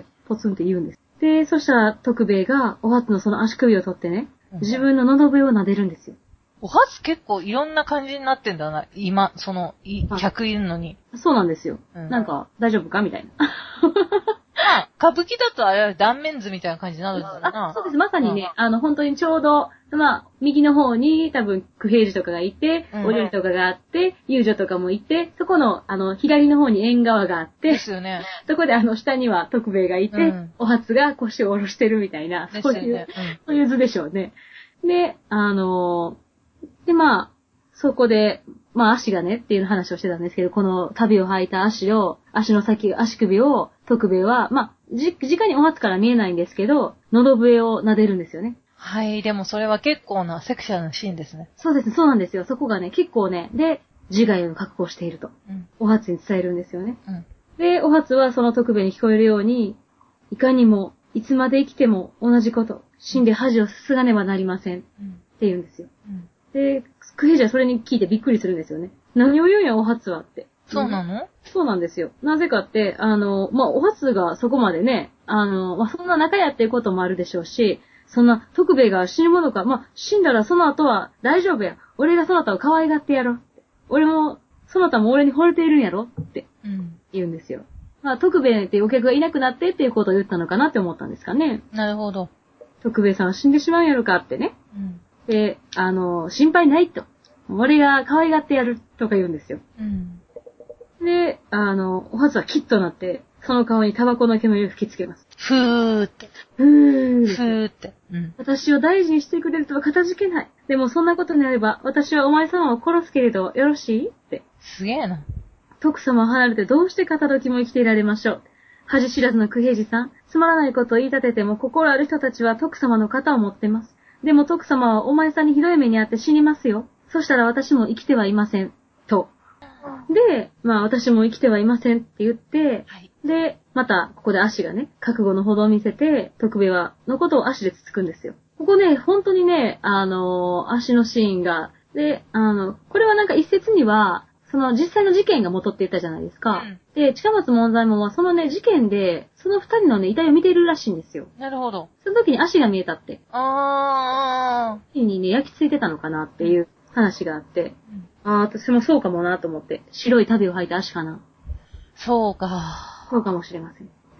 ポツンって言うんです。で、そしたら徳兵衛が、お初のその足首を取ってね、自分の喉笛を撫でるんですよ。 お初結構いろんな感じになってんだな。今、その、い客いるのに。 そうなんですよ。うん、なんか、大丈夫かみたいな。まあ、歌舞伎だとあれは断面図みたいな感じになるんだな。 そうです。まさにね、うん、あの、本当にちょうど、まあ、右の方に多分、九平寺とかがいて、うん、お料理とかがあって、遊女とかもいて、そこの、あの、左の方に縁側があって、ですよね。そこであの、下には徳兵衛がいて、うん、お初が腰を下ろしてるみたいな、そういう、ねうん、そういう図でしょうね。で、あのー、で、まあ、そこで、まあ足がねっていう話をしてたんですけど、この旅を履いた足を、足の先、足首を、徳兵衛は、まあ、じ、直にお初から見えないんですけど、喉笛を撫でるんですよね。 はい、でもそれは結構なセクシャルなシーンですね。 そうですね、そうなんですよ。そこがね、結構ね、で、自害を覚悟していると。うん、お初に伝えるんですよね。うん、で、お初はその徳兵衛に聞こえるように、いかにも、いつまで生きても同じこと、死んで恥をすすがねばなりません。うん、って言うんですよ。うんで、九平寺はそれに聞いてびっくりするんですよね。何を言うんや、お初はって。 そうなの、うん、 そうなんですよ。なぜかって、あの、まあ、お初がそこまでね、あの、まあ、そんな仲やっていうこともあるでしょうし、そんな、徳兵衛が死ぬものか、まあ、死んだらその後は大丈夫や。俺がそなたを可愛がってやろう。俺も、そなたも俺に惚れているんやろって言うんですよ。うん、まあ、徳兵衛っていうお客がいなくなってっていうことを言ったのかなって思ったんですかね。 なるほど。 徳兵衛さんは死んでしまうんやろかってね。うんで、あの、心配ないと。俺が可愛がってやるとか言うんですよ。うん、で、あの、お初はキッとなって、その顔にタバコの煙を吹きつけます。 ふーって。 ふーふーって。うん、 私を大事にしてくれるとは片付けない。でもそんなことになれば、私はお前様を殺すけれど、よろしいって。 すげえな。 徳様を離れてどうして片時も生きていられましょう。恥知らずの九平寺さん、つまらないことを言い立てても心ある人たちは徳様の肩を持ってます。でも徳様はお前さんにひどい目にあって死にますよ。そしたら私も生きてはいません。と。で、まあ私も生きてはいませんって言って、はい、で、またここで足がね、覚悟のほどを見せて、徳兵衛は、のことを足でつつくんですよ。ここね、本当にね、あのー、足のシーンが、で、あの、これはなんか一説には、その実際の事件が元って言ったじゃないですか。うん、で、近松門左衛門はそのね、事件で、その二人のね、遺体を見てるらしいんですよ。 なるほど。 その時に足が見えたって。 あー。 にね、焼き付いてたのかなっていう話があって。うん、あー、私もそうかもなと思って。白い旅を履いた足かな。 そうか。 そうかもしれません。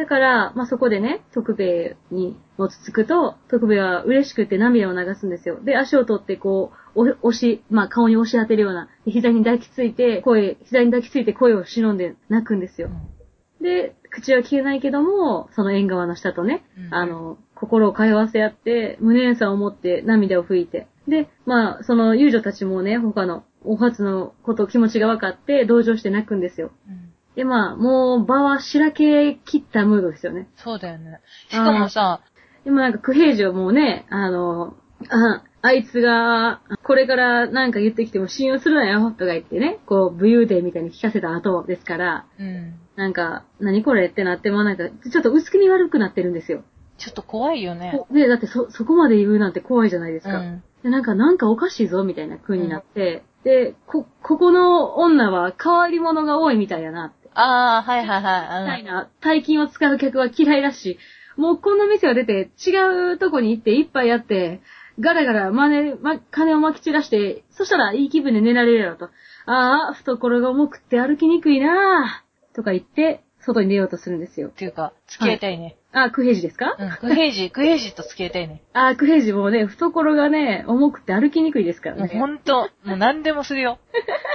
だから、まあ、そこでね、徳兵衛に落ち着くと、徳兵衛は嬉しくて涙を流すんですよ。で、足を取ってこう、押し、まあ、顔に押し当てるような、膝に抱きついて、声、膝に抱きついて声を忍んで泣くんですよ。で、口は消えないけども、その縁側の下とね、うん、あの、心を通わせ合って、無念さを持って涙を拭いて。で、まあ、その遊女たちもね、他のお初のこと、気持ちが分かって、同情して泣くんですよ。うんで、まあ、もう、場はしらけ切ったムードですよね。 そうだよね。しかもさ、 でもなんか、クヘイジをもうね、あの、あ、あいつが、これからなんか言ってきても信用するなよ、とか言ってね、こう、武勇伝みたいに聞かせた後ですから、うん。なんか、何これってなってもなんか、ちょっと薄気味悪くなってるんですよ。 ちょっと怖いよね。 で、だってそ、そこまで言うなんて怖いじゃないですか。うん、で、なんか、なんかおかしいぞ、みたいな風になって、うん、で、こ、ここの女は変わり者が多いみたいやなって。 ああ、はいはいはい。 みたいな、大金を使う客は嫌いだし、もうこの店を出て違うとこに行って一杯やって、ガラガラ真似、ま、金を撒き散らして、そしたらいい気分で寝られるやろと。ああ、懐が重くって歩きにくいなぁ。とか言って、外に出ようとするんですよ。 っていうか、付き合いたいね。 はい、あ、クヘイジですか？ うん、クヘイジ、クヘイジと付き合いたいね。 あ、クヘイジもね、懐がね、重くて歩きにくいですからね。 もうほんと、もう何でもするよ。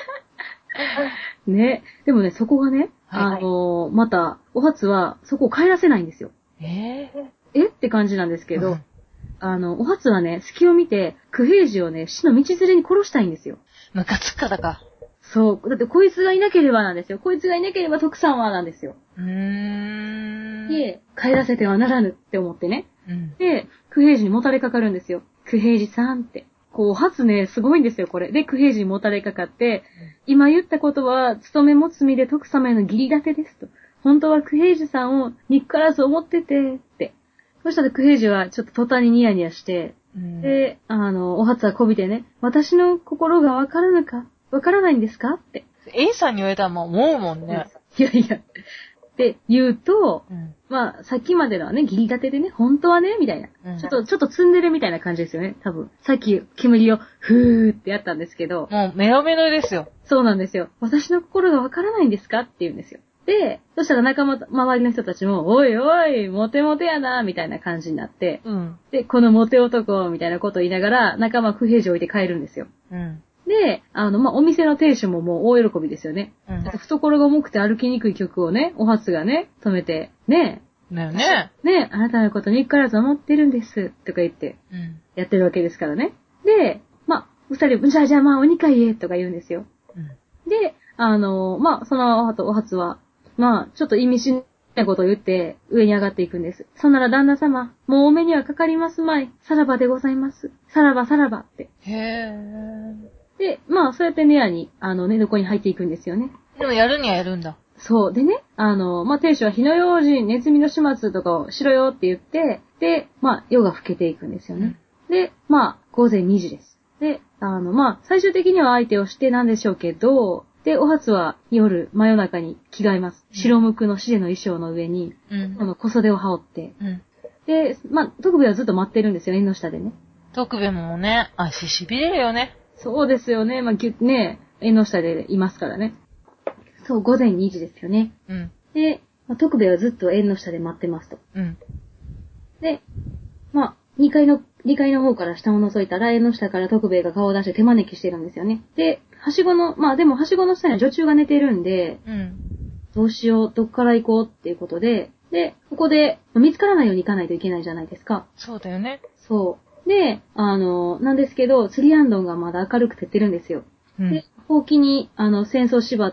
ね。でもね、そこがね、はいはい、あのー、また、お初は、そこを帰らせないんですよ。 えー、 えって感じなんですけど、うん、あの、お初はね、隙を見て、クヘイジをね、死の道連れに殺したいんですよ。 ムカつくからか。 そう。だって、こいつがいなければなんですよ。こいつがいなければ徳さんはなんですよ。 うーん。 で、帰らせてはならぬって思ってね。うん、で、クヘイジにもたれかかるんですよ。クヘイジさんって。こう、初ね、すごいんですよ、これ。で、クヘイジにもたれかかって、うん、今言ったことは、勤めも罪で徳様への義理立てですと。本当はクヘイジさんを憎からず思ってて、って。そしたらクヘイジはちょっと途端にニヤニヤして、うん、で、あの、お初はこびてね、私の心がわからぬかわからないんですかって。 A さんに言われたらもう思うもんね。 いやいや。って言うと、うん、まあ、さっきまでのはね、義理立てでね、本当はね、みたいな。うん、ちょっと、ちょっとツンデレみたいな感じですよね、多分。さっき、煙を、ふーってやったんですけど。 もう、メロメロですよ。 そうなんですよ。私の心がわからないんですかって言うんですよ。で、そしたら仲間、周りの人たちも、おいおい、モテモテやな、みたいな感じになって、うん、で、このモテ男、みたいなことを言いながら、仲間不平時を置いて帰るんですよ。うんで、あの、まあ、お店の亭主ももう大喜びですよね。うん。懐が重くて歩きにくい曲をね、お初がね、止めて、ねえ。ねえねえ。ねえ、あなたのことにからず思ってるんです、とか言って、うん。やってるわけですからね。で、まあ、二人、じゃあじゃあまあ、お二階へ、とか言うんですよ。うん。で、あの、まあ、その後、お初は、まあ、ちょっと意味深なことを言って、上に上がっていくんです。そんなら旦那様、もうお目にはかかりますまい。さらばでございます。さらばさらばって。 へー。 で、まあ、そうやってネアに、あの、寝床に入っていくんですよね。 でもやるにはやるんだ。 そう。でね、あの、まあ、亭主は火の用心、ネズミの始末とかをしろよって言って、で、まあ、夜が更けていくんですよね。うん、で、まあ、午前にじです。で、あの、まあ、最終的には相手をしてなんでしょうけど、で、お初は夜、真夜中に着替えます。うん、白無垢のシデの衣装の上に、うん、この小袖を羽織って、うん、で、まあ、徳部はずっと待ってるんですよ、縁の下でね。 徳部もね、足しびれるよね。 そうですよね。まあ、ぎゅね、縁の下でいますからね。そう、午前にじですよね。うん。で、まあ、徳部はずっと縁の下で待ってますと。うん。で、まあ、にかいの、にかいの方から下を覗いたら、縁の下から徳部が顔を出して手招きしてるんですよね。で、はしごの、まあでもはしごの下には女中が寝てるんで、うん。どうしよう、どっから行こうっていうことで、で、ここで、見つからないように行かないといけないじゃないですか。 そうだよね。 そう。で、あの、なんですけど、ツリアンドンがまだ明るく照ってるんですよ。うん、で、ほうきに、あの、扇子を縛って、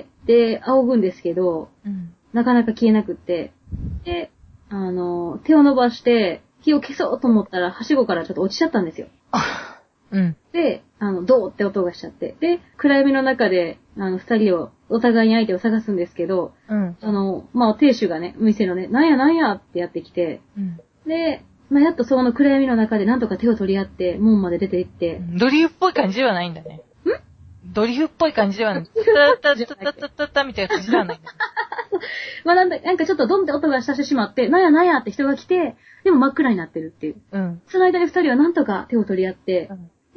で、仰ぐんですけど、うん、なかなか消えなくって、で、あの、手を伸ばして、火を消そうと思ったら、はしごからちょっと落ちちゃったんですよ。うん。で、あの、ドーって音がしちゃって。で、暗闇の中で、あの、二人を、お互いに相手を探すんですけど、うん。あの、まあ、亭主がね、店のね、なんやなんやってやってきて、うん。で、まあ、やっとその暗闇の中でなんとか手を取り合って、門まで出て行って。 ドリフっぽい感じではないんだね。んドリフっぽい感じではない。タタタタタタタみたいな感じではないんだ。 まあなんだ、なんかちょっとドンって音がしてしまって、なんやなんやって人が来て、でも真っ暗になってるっていう。うん。その間に二人はなんとか手を取り合って、うん、で、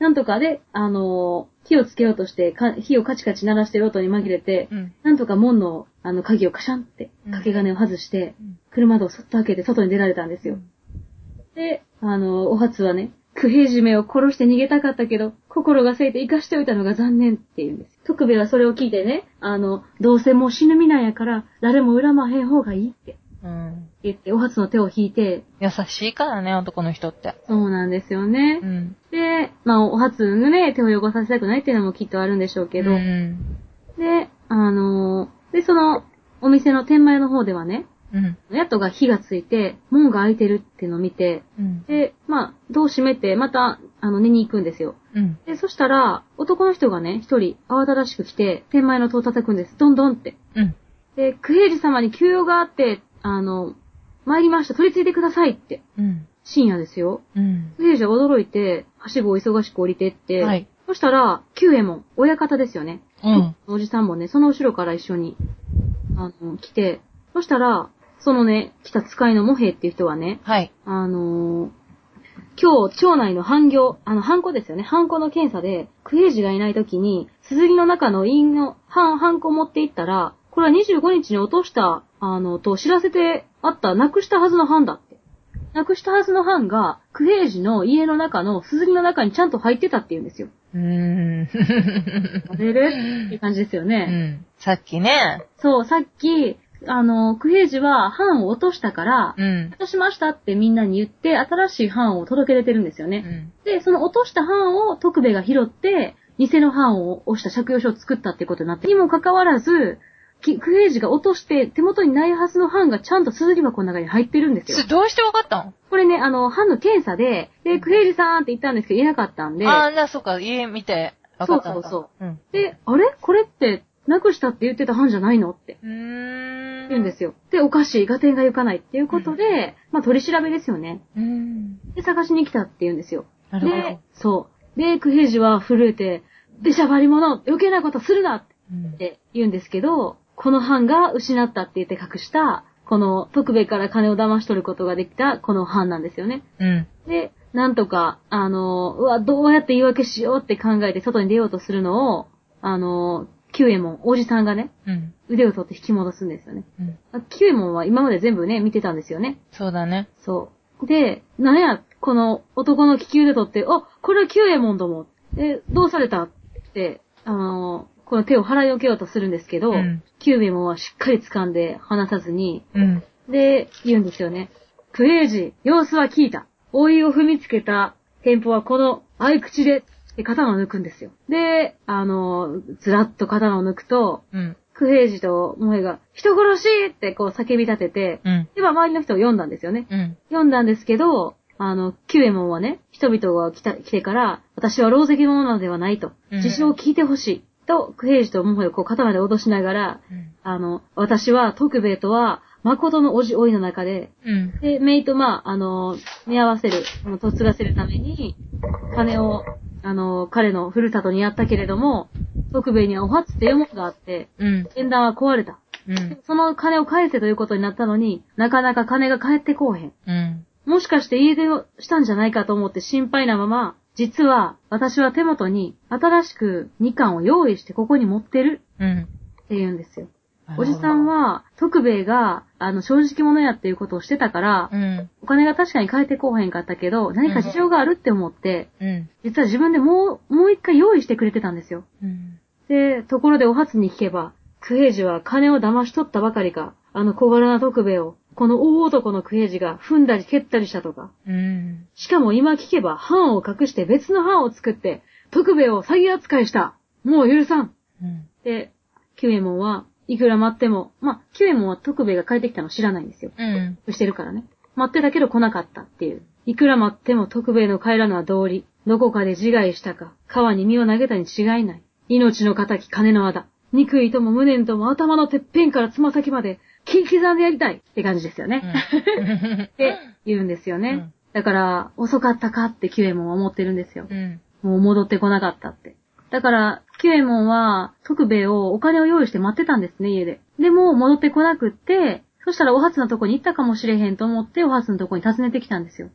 なんとかで、あのー、火をつけようとして、火をカチカチ鳴らしてる音に紛れて、うん、なんとか門の、あの、鍵をカシャンって、掛け金を外して、うん、車戸をそっと開けて外に出られたんですよ。うん、で、あのー、お初はね、九平締めを殺して逃げたかったけど、心がせいて生かしておいたのが残念って言うんです。徳兵衛はそれを聞いてね、あの、どうせもう死ぬ身なんやから、誰も恨まへん方がいいって。うん。言って、お初の手を引いて。 優しいからね、男の人って。 そうなんですよね。うん。で、まあ、お初のね、手を汚させたくないっていうのもきっとあるんでしょうけど。うん。で、あのー、で、その、お店の店前の方ではね、うん。やっとが火がついて、門が開いてるっていうのを見て、うん。で、まあ、戸を閉めて、また、あの、寝に行くんですよ。うん。で、そしたら、男の人がね、一人、慌ただしく来て、店前の戸を叩くんです。どんどんって。うん。で、九平寺様に急用があって、あの、参りました、取り付いてくださいって。うん。深夜ですよ。うん。九平寺は驚いて、はしごを忙しく降りてって、はい。そしたら、九右衛門、親方ですよね。うん。おじさんもね、その後ろから一緒に、あの、来て、そしたら、そのね、来た使いのモヘイっていう人はね、はい。あのー、今日、町内の半行、あの、ハンコですよね。ハンコの検査で、九平寺がいない時に、硯の中の印の、ハン、ハンコを持って行ったら、これはにじゅうごにちに落とした、あの、と知らせてあった、なくしたはずの版だって。なくしたはずの版が、九平寺の家の中の硯の中にちゃんと入ってたって言うんですよ。うーん。食べるっていう感じですよね。 うん。さっきね。 そう、さっき、あの、九平寺は版を落としたから、うん、落としましたってみんなに言って、新しい版を届け出てるんですよね。うん、で、その落とした版を徳兵衛が拾って、偽の版を押した借用書を作ったってことになって、にもかかわらず、九平寺が落として手元にないはずの版がちゃんと硯箱の中に入ってるんですよ。 どうしてわかったん？ これね、あの、版の検査で、で、九平寺さんって言ったんですけど、言えなかったんで。 ああ、な、そうか、家見て、わかったんだ。 そうそうそう。うん、で、あれこれって、なくしたって言ってた版じゃないのって。うーん。言うんですよ。で、おかしい、合点がいかないっていうことで、うん、まあ、取り調べですよね。うーん。で、探しに来たって言うんですよ。なるほど。で、そう。で、九平寺は震えて、出しゃばり者、余計なことするなって言うんですけど、うん、この版が失ったって言って隠した、この徳兵衛から金を騙し取ることができた、この版なんですよね。うん。で、なんとか、あの、うわ、どうやって言い訳しようって考えて外に出ようとするのを、あの、九右衛門、おじさんがね、うん、腕を取って引き戻すんですよね。うん、九右衛門は今まで全部ね、見てたんですよね。 そうだね。 そう。で、なんや、この男の利き腕取って、あ、これは九右衛門とも。え、どうされたって、あの、この手を払い受けようとするんですけど、うん、九右衛門はしっかり掴んで離さずに、うん、で、言うんですよね。九平寺、様子は聞いた。老いを踏みつけた店舗はこの合い口で、で、刀を抜くんですよ。で、あの、ずらっと刀を抜くと、うん、九平寺と萌が、人殺しってこう叫び立てて、うん、で、まあ周りの人を読んだんですよね。うん、読んだんですけど、あの、九右衛門はね、人々が来た、来てから、私は狼藉者なのではないと、事情を聞いてほしい。と、九平寺と萌をこう刀で脅しながら、うん、あの、私は徳兵衛とは、誠のおじおいの中で、うん、で、姪とまあ、あの、見合わせる、嫁がせるために、金を、あの、彼のふるさとにやったけれども、徳兵衛にはお初っていうものがあって、うん、縁談は壊れた。うん、その金を返せということになったのに、なかなか金が返ってこうへん。うん、もしかして家出をしたんじゃないかと思って心配なまま、実は私は手元に新しくにかんを用意してここに持ってる。うん、って言うんですよ。おじさんは、徳兵衛が、あの、正直者やっていうことをしてたから、うん、お金が確かに返ってこうへんかったけど、何か事情があるって思って、うん、実は自分でもう、もう一回用意してくれてたんですよ。うん、で、ところでお初に聞けば、九平寺は金を騙し取ったばかりか、あの小柄な徳兵衛を、この大男の九平寺が踏んだり蹴ったりしたとか。うん、しかも今聞けば、藩を隠して別の藩を作って、徳兵衛を詐欺扱いした。もう許さん。うん、で、九右衛門は、いくら待っても、まあ、九右衛門は徳兵衛が帰ってきたの知らないんですよ。うん。してるからね。待ってたけど来なかったっていう。いくら待っても徳兵衛の帰らぬは道理。どこかで自害したか、川に身を投げたに違いない。命の仇、金の仇。憎いとも無念とも頭のてっぺんからつま先まで、切り刻んでやりたいって感じですよね。うん、って言うんですよね。うん、だから、遅かったかって九右衛門は思ってるんですよ。うん、もう戻ってこなかったって。だから、九右衛門は、徳兵衛をお金を用意して待ってたんですね、家で。でも、戻ってこなくって、そしたらお初のとこに行ったかもしれへんと思って、お初のとこに訪ねてきたんですよ。うん、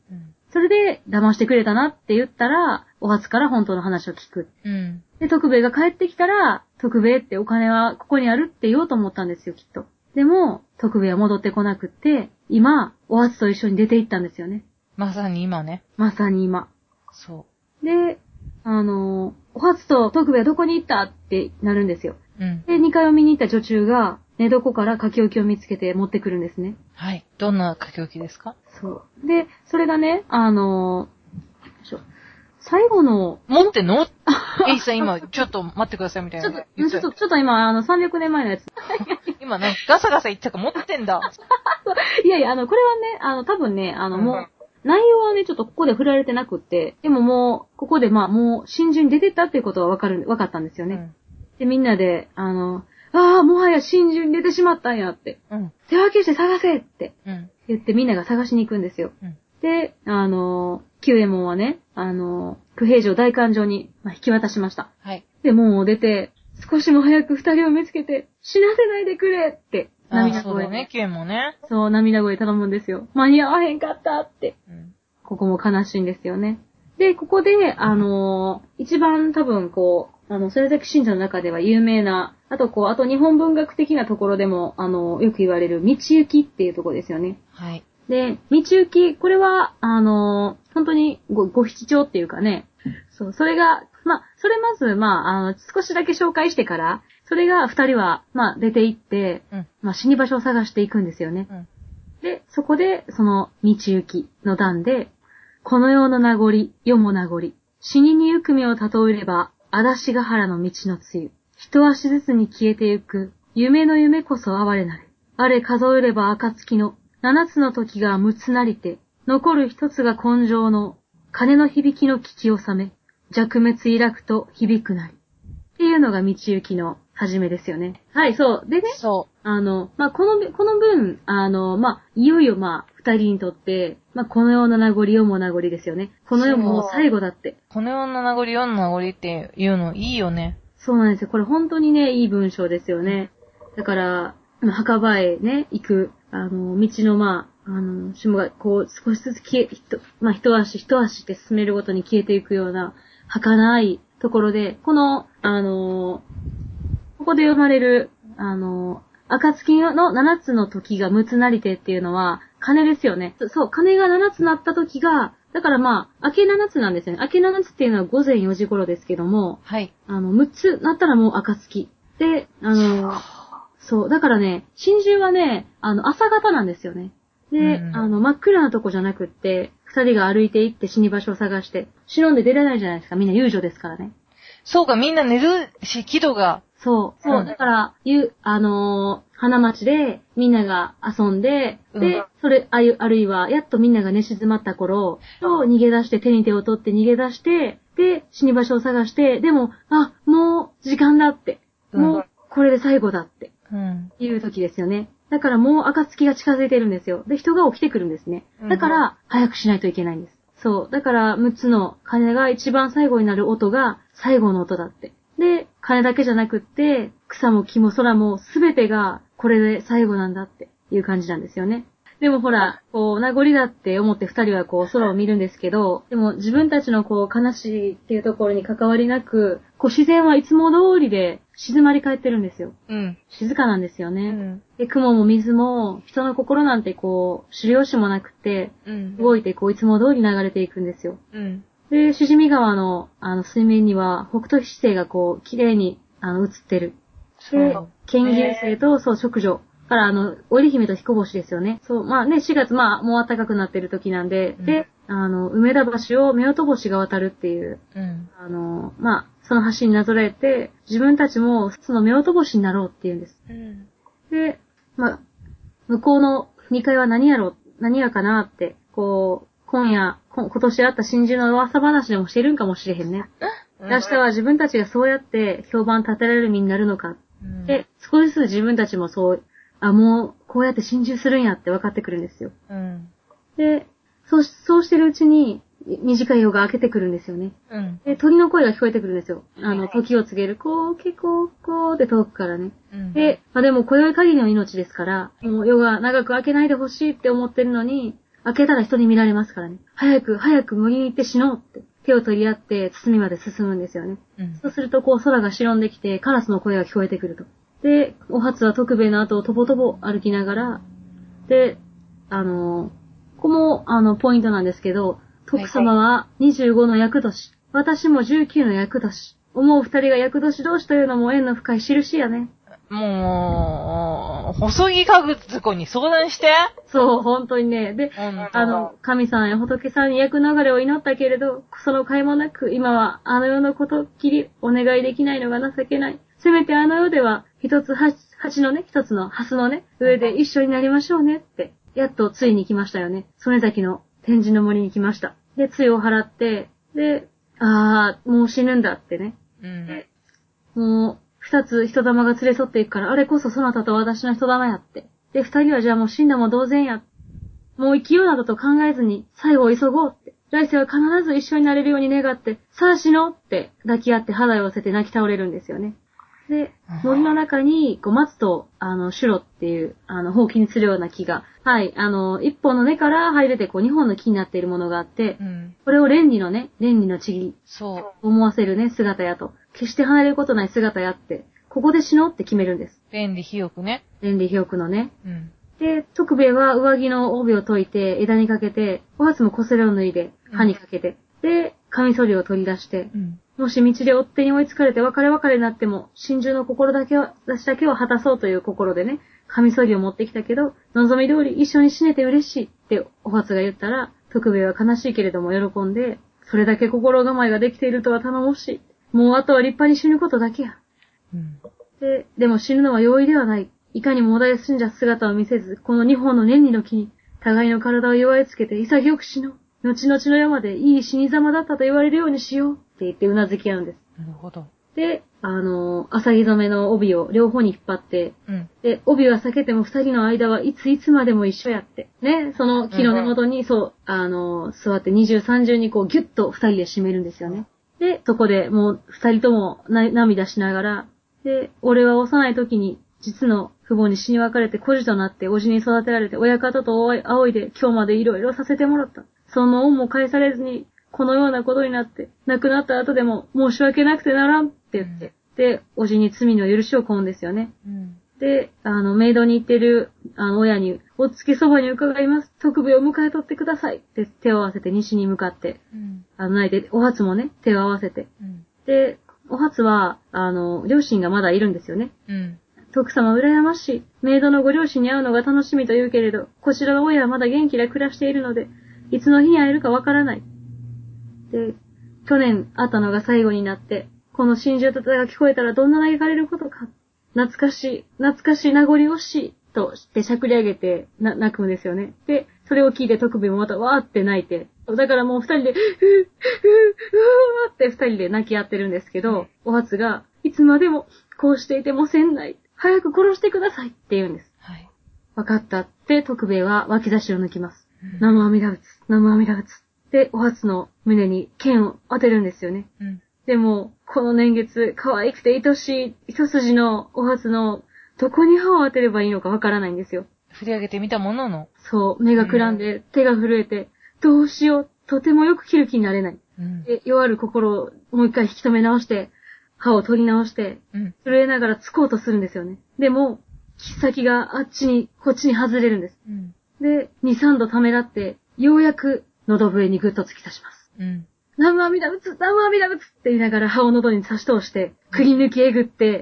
それで騙してくれたなって言ったら、お初から本当の話を聞く。 うん。 で、徳兵衛が帰ってきたら、徳兵衛ってお金はここにあるって言おうと思ったんですよ、きっと。でも、徳兵衛は戻ってこなくって、今、お初と一緒に出て行ったんですよね。 まさに今ね。 まさに今。 そう。で、あの、お初と徳兵衛はどこに行ったってなるんですよ。 うん。 で、二階を見に行った女中が、寝床から書き置きを見つけて持ってくるんですね。 はい。どんな書き置きですか？ そう。で、それがね、あの、最後の、 持ってんのエイさん今、ちょっと待ってくださいみたいな。 ちょっと、ちょっと、ちょっと今、あの、さんびゃくねんまえのやつ。 今、なんかガサガサ言ったか持ってんだ。 いやいや、あの、これはね、あの、多分ね、あの、もう、うん、内容はね、ちょっとここで振られてなくって、でももう、ここでまあ、もう、真珠に出てったっていうことはわかる、わかったんですよね。うん、で、みんなで、あの、ああ、もはや真珠に出てしまったんやって。うん、手分けして探せって、言ってみんなが探しに行くんですよ。うん、で、あの、九右衛門はね、あの、九平城大勘定に、まあ、引き渡しました。はい。で、門を出て、少しも早く二人を見つけて、死なせないでくれって、 涙声。そうだね、九右衛門ね。 そう、涙声頼むんですよ。間に合わへんかったって。うん、ここも悲しいんですよね。で、ここで、あのー、一番多分こう、あの、それだけ信者の中では有名な、あとこう、あと日本文学的なところでも、あの、よく言われる、道行きっていうところですよね。はい。で、道行き、これは、あの、本当にご、ご七丁っていうかね、そう、それが、まあ、それまず、まあ、あの、少しだけ紹介してから、それが二人は、まあ、出て行って、うん、まあ、死に場所を探していくんですよね。うん、で、そこで、その、道行きの段で、この世の名残、世も名残、死にに行く身を例えれば、足立ヶ原の道のつゆ、一足ずつに消えてゆく、夢の夢こそ哀れなれ。あれ数えれば暁の、七つの時が六つなりて、残る一つが根性の、鐘の響きの聞き納め、弱滅イラクと響くなり。っていうのが道行きの始めですよね。はい、そう。でね、そう。あの、まあ、この、この分、あの、まあ、いよいよまあ、二人にとって、まあ、この世の名残、世も名残ですよね。この世も最後だって。 この世の名残、世の名残っていうのいいよね。 そうなんですよ。これ本当にね、いい文章ですよね。だから、墓場へね、行く、あの、道のまあ、あの、霜がこう、少しずつ消え、ひと、まあ、一足一足で進めるごとに消えていくような、儚いところで、この、あの、ここで読まれる、あの、暁の七つの時が六つなりてっていうのは、鐘ですよね。そう、鐘が七つなった時が、だからまあ、明け七つなんですよね。明け七つっていうのは午前よじ頃ですけども、はい。あの、六つなったらもう暁。で、あの、そう、だからね、真珠はね、あの、朝方なんですよね。で、うん、あの、真っ暗なとこじゃなくって、二人が歩いて行って死に場所を探して、忍んで出れないじゃないですか。みんな遊女ですからね。 そうか、みんな寝るし、木戸が。 そう、そう、うん、だから、ゆ、あのー、花町でみんなが遊んで、うん、で、それ、ある、あるいは、やっとみんなが寝静まった頃、と逃げ出して、手に手を取って逃げ出して、で、死に場所を探して、でも、あ、もう、時間だって。もう、これで最後だって。うん。いう時ですよね。だからもう、暁が近づいてるんですよ。で、人が起きてくるんですね。だから、早くしないといけないんです。そう。だから、むっつの鐘が一番最後になる音が、最後の音だって。で、鐘だけじゃなくって、草も木も空もすべてがこれで最後なんだっていう感じなんですよね。でもほら、こう、名残だって思って二人はこう空を見るんですけど、でも自分たちのこう悲しいっていうところに関わりなく、こう自然はいつも通りで静まり返ってるんですよ。うん。静かなんですよね。うん。で、雲も水も人の心なんてこう、知る由もなくて、うん。動いてこういつも通り流れていくんですよ。うん。で、しじみ川の、あの、水面には、北斗七星がこう、綺麗に、あの、映ってる。で、剣牛星と、そう、直女。から、あの、織姫と彦星ですよね。そう、まあね、しがつ、まあ、もう暖かくなってる時なんで、うん、で、あの、梅田橋を夫婦星が渡るっていう、うん、あの、まあ、その橋になぞらえて、自分たちも、その夫婦星になろうっていうんです。うん、で、まあ、向こうのにかいは何やろう、何やかなって、こう、今夜、今年あった真珠の噂話でもしてるんかもしれへんね。明日は自分たちがそうやって評判立てられる身になるのか。うん、で、少しずつ自分たちもそう、あ、もう、こうやって心中するんやって分かってくるんですよ。うん、で、そう、そうしてるうちに、短い夜が明けてくるんですよね。うん、で、鳥の声が聞こえてくるんですよ。あの、時を告げる、こう、けこう、こうって遠くからね。うん、で、まあでも、今宵限りの命ですから、もう夜が長く明けないでほしいって思ってるのに、 開けたら人に見られますからね。早く、早く森に行って死のうって。手を取り合って包みまで進むんですよね。うん、そうするとこう空が白んできてカラスの声が聞こえてくると。で、お初は徳兵衛の後をとぼとぼ歩きながら、で、あのー、ここもあのポイントなんですけど、徳様はにじゅうごの厄年、私もじゅうきゅうの厄年。思う二人が厄年同士というのも縁の深い印やね。 もう、細木かぐつ子に相談して。 そう、本当にね。で、あの、神さんや仏さんに厄流れを祈ったけれど、その甲斐もなく、今はあの世のことっきりお願いできないのが情けない。せめてあの世では、一つ八のね、一つの蓮のね、上で一緒になりましょうねって、やっとついに来ましたよね。曽根崎の天神の森に来ました。で、杖を払って、で、あー、もう死ぬんだってね。うん、もう、二つ人玉が連れ添っていくから、あれこそそなたと私の人玉やって。で、二人はじゃあもう死んだも同然や。もう生きようなどと考えずに、最後を急ごうって。来世は必ず一緒になれるように願って、さあ死のうって抱き合って肌を寄せて泣き倒れるんですよね。で、森の中に、こう、松と、あの、シュロっていう、あの、ほうきにするような木が、はい、あの、一本の根から生え出て、こう、二本の木になっているものがあって、うん、これを蓮理のね、蓮理の地そう。思わせるね、姿やと。決して離れることない姿やって、ここで死のうって決めるんです。 蓮理肥沃ね。 蓮理肥沃のね。うん。で、徳兵衛は上着の帯を解いて、枝にかけて、お初もこせれを脱いで、歯にかけて、うん、で、カミソリを取り出して、うん、もし道で追っ手に追いつかれて別れ別れになっても、心中の心だけを、出しだけを果たそうという心でね、カミソリを持ってきたけど、望み通り一緒に死ねて嬉しいってお初が言ったら、徳兵衛は悲しいけれども喜んで、それだけ心構えができているとは頼もしい。もうあとは立派に死ぬことだけや。うん、で、でも死ぬのは容易ではない。いかにも穏やすんじゃ姿を見せず、この二本の年利の木に、互いの体を弱いつけて潔く死のう。後々の世までいい死に様だったと言われるようにしよう。って言ってうなずき合うんです。 なるほど。 で、あの、浅木染めの帯を両方に引っ張って、うん、で、帯は避けても二人の間はいついつまでも一緒やって。ね、その木の根元に、うん、そう、あの、座って二重三重にこうギュッと二人で締めるんですよね。うん、で、そこでもう二人ともな涙しながら、で、俺は幼い時に実の父母に死に別れて孤児となって叔父に育てられて親方と仰いで今日までいろいろさせてもらった。その恩も返されずに、このようなことになって、亡くなった後でも申し訳なくてならんって言って、うん、で、叔父に罪の許しを請うんですよね。うん、で、あの、メイドに行ってる、あの、親に、お付けそばに伺います。徳兵衛を迎え取ってくださいって手を合わせて西に向かって、うん、あの、泣いて、お初もね、手を合わせて。うん、で、お初は、あの、両親がまだいるんですよね。うん、徳様羨ましい。メイドのご両親に会うのが楽しみと言うけれど、こちらの親はまだ元気で暮らしているので、いつの日に会えるかわからない。で、去年会ったのが最後になって、この真珠と歌が聞こえたらどんな嘆かれることか。懐かしい、懐かしい名残惜しい、としてしゃくり上げてな泣くんですよね。で、それを聞いて徳兵衛もまたわーって泣いて、だからもう二人で、ふぅ、ふぅ、ふぅって二人で泣き合ってるんですけど、お初が、いつまでもこうしていてもせんない。早く殺してくださいって言うんです。はい。わかったって徳兵衛は脇差しを抜きます。南無阿弥陀仏、南無阿弥陀仏。で、お初の胸に剣を当てるんですよね。うん、でも、この年月、可愛くて愛しい一筋のお初の、どこに刃を当てればいいのかわからないんですよ。 振り上げてみたものの。 そう、目がくらんで、うん、手が震えて、どうしよう、とてもよく切る気になれない。うん、で、弱る心をもう一回引き止め直して、刃を取り直して、うん、震えながら突こうとするんですよね。でも、切っ先があっちに、こっちに外れるんです。うん、で、二三度ためらって、ようやく喉笛にぐっと突き刺します。うん。南無阿弥陀仏、南無阿弥陀仏って言いながら歯を喉に差し通して、くり抜きえぐって、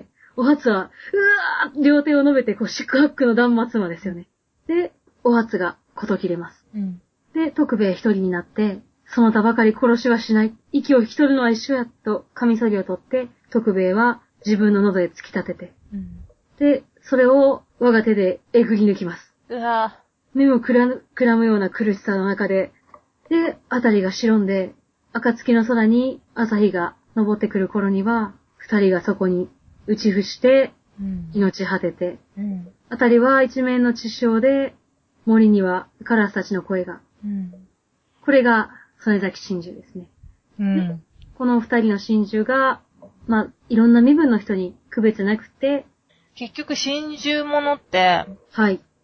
お初は、うわー両手を伸べて、こう、四苦八苦の断末魔ですよね。で、お初がこと切れます。うん。で、徳兵衛一人になって、その他ばかり殺しはしない。息を引き取るのは一緒や、と、カミソリを取って、徳兵衛は自分の喉へ突き立てて、うん。で、それを我が手でえぐり抜きます。 うわ目もくら、くらむような苦しさの中で、で、あたりが白んで、暁の空に朝日が昇ってくる頃には、二人がそこに打ち伏して、命果てて、うん、あたりは一面の地上で、森にはカラスたちの声が。うん、これが、曽根崎真珠ですね。うん、この二人の真珠が、まあ、いろんな身分の人に区別なくて、 結局真珠ものって、はい。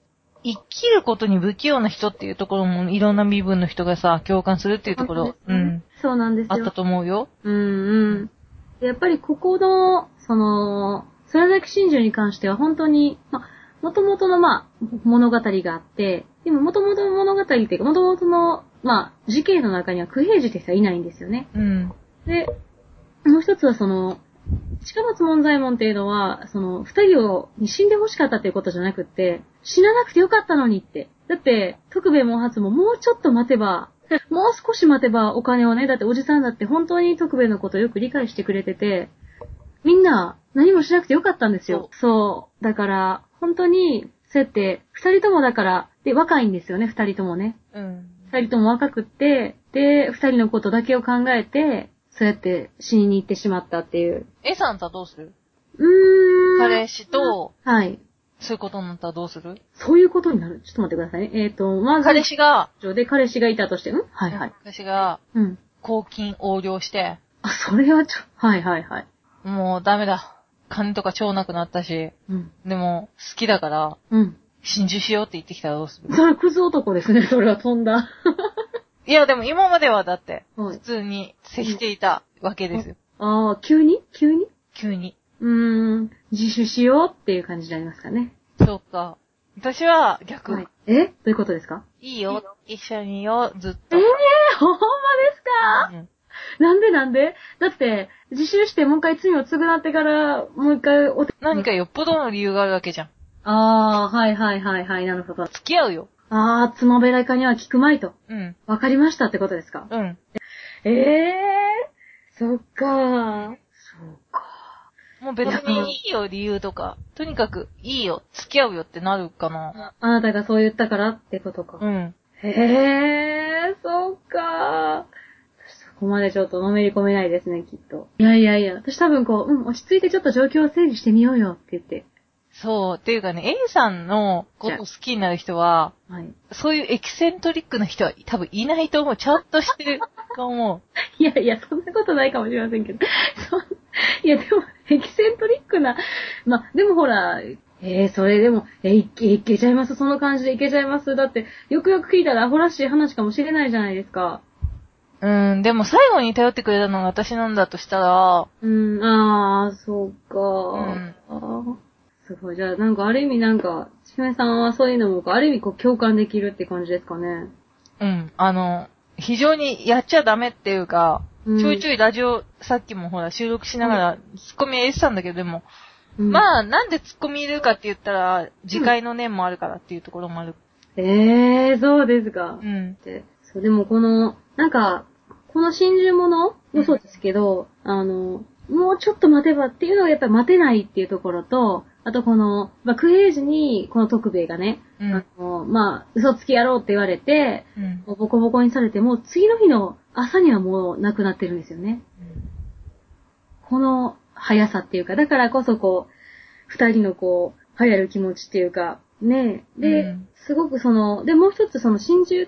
生きることに不器用な人っていうところもいろんな身分の人がさ、共感するっていうところ、 うん。そうなんですよ。 あったと思うよ。 うんうん。やっぱりここの、その、空崎真珠に関しては本当に、ま、元々のまあ、物語があって、でも元々の物語っていうか、元々の、まあ、事件の中には九平寺って人はいないんですよね。 うん。 で、もう一つはその、近松門左衛門っていうのは、その、二人を、に死んで欲しかったっていうことじゃなくって、死ななくてよかったのにって。だって、徳兵衛毛髪ももうちょっと待てば、もう少し待てばお金をね、だっておじさんだって本当に徳兵衛のことをよく理解してくれてて、みんな何もしなくてよかったんですよ。そう。そうだから、本当に、そうやって、二人ともだから、で、若いんですよね、二人ともね。 うん。 二人とも若くって、で、二人のことだけを考えて、そうやって死にに行ってしまったっていう。 A さんとはどうする？ うーん。 彼氏と、 はい。 そういうことになったらどうする？ そういうことになる。ちょっと待ってくださいね。えっ、ー、と、まず。 彼氏が、 で、彼氏がいたとして、んはいはい。 彼氏が、うん。公金横領して。 あ、それはちょ、はいはいはい。 もうダメだ。金とか超なくなったし。うん。でも、好きだから、うん。心中しようって言ってきたらどうする？ それクズ男ですね、それは飛んだ。 いや、でも今まではだって、普通に接していたわけですよ。 ああ、急に急に急に。 うーん、自首しようっていう感じになりますかね。 そうか。私は逆。はい、 えどういうことですか？ いいよ、一緒にいよ、ずっと。 ええー、ほんまですか？うん。なんでなんでだって、自首してもう一回罪を償ってから、もう一回お手、 何かよっぽどの理由があるわけじゃん。 ああ、はいはいはいはい、なるほど。 付き合うよ。 ああ、つまべらかには効くまいと。うん。わかりましたってことですか？ うん。 ええー、そっかー。そうか。 もう別にいいよ、理由とか。とにかく、いいよ、付き合うよってなるかな。 あなたがそう言ったからってことか。うん。へえー、そっかー。そこまでちょっとのめり込めないですね、きっと。いやいやいや、私多分こう、うん、落ち着いてちょっと状況を整理してみようよって言って。そう。 っていうかね、A さんのこと好きになる人は、はい、そういうエキセントリックな人は多分いないと思う。ちゃんとしてると思う。 いやいや、そんなことないかもしれませんけど。いや、でも、エキセントリックな、ま、でもほら、えー、それでも、えー、いけ、いけちゃいます。その感じでいけちゃいます。だって、よくよく聞いたらアホらしい話かもしれないじゃないですか。 うーん、でも最後に頼ってくれたのが私なんだとしたら、 うーん、あー、そうかー。うん、あすごい。じゃあ、なんかある意味なんか、ちふめさんはそういうのも、ある意味こう共感できるって感じですかね。 うん。あの、非常にやっちゃダメっていうか、うん、ちょいちょいラジオ、さっきもほら収録しながらツッコミ入れてたんだけど、でも、うん、まあ、なんでツッコミ入れるかって言ったら、次回の念もあるからっていうところもある。 うん、えー、そうですか。うん。で、そう、でもこの、なんか、この真珠ものもそうですけど、うん、あの、もうちょっと待てばっていうのがやっぱり待てないっていうところと、あとこの、まあ、クヘイジに、この徳兵衛がね、うん、あの、まあ、嘘つきやろうって言われて、うん、もうボコボコにされて、もう次の日の朝にはもう亡くなってるんですよね。うん、この速さっていうか、だからこそこう、二人のこう、流行る気持ちっていうか、ねで、うん、すごくその、で、もう一つその真珠って、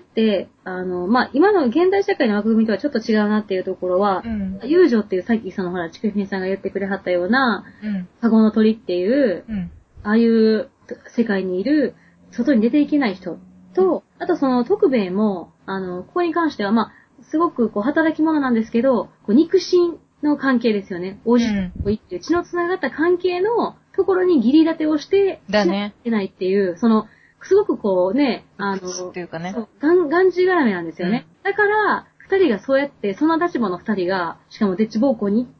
あの、まあ、今の現代社会の枠組みとはちょっと違うなっていうところは、うん、友情っていうさっきそのほら、ちくひめさんが言ってくれはったような、うん、カゴの鳥っていう、うん、ああいう世界にいる、外に出ていけない人と、あとその徳兵衛も、あの、ここに関しては、まあ、すごくこう、働き者なんですけど、こう肉親の関係ですよね。おじといっていう血の繋がった関係のところに義理立てをして、 だね。 しないっていう、その、すごくこうね、あの、 っていうかね。 そう、がん、がんじがらめなんですよね。うん、だから、二人がそうやって、そんな立場の二人が、しかもデッチ暴行に行って、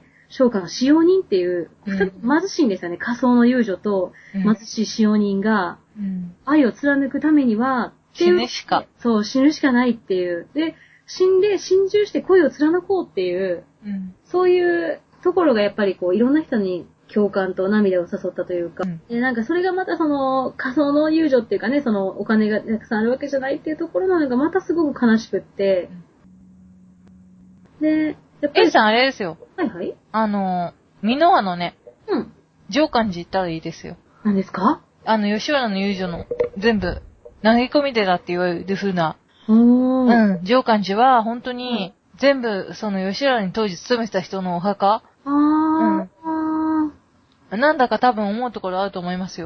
商家の使用人っていう、二人貧しいんですよね。仮想の遊女と貧しい使用人が、愛を貫くためには、 死ぬしか。 そう、死ぬしかないっていう。で、死んで、心中して恋を貫こうっていう、うん、そういうところがやっぱりこう、いろんな人に共感と涙を誘ったというか、うん、でなんかそれがまたその、仮想の友情っていうかね、その、お金がたくさんあるわけじゃないっていうところなのがまたすごく悲しくって、うん、で、 やっぱり。A さんあれですよ。 はいはい。 あの、美濃和のね、うん。上官寺行ったらいいですよ。 何ですか？ あの、吉原の友情の、全部、投げ込み寺って言われる風な、 うん。 上官寺は本当に、全部、その吉原に当時勤めてた人のお墓。 ああ。 うん。なんだか多分思うところあると思いますよ。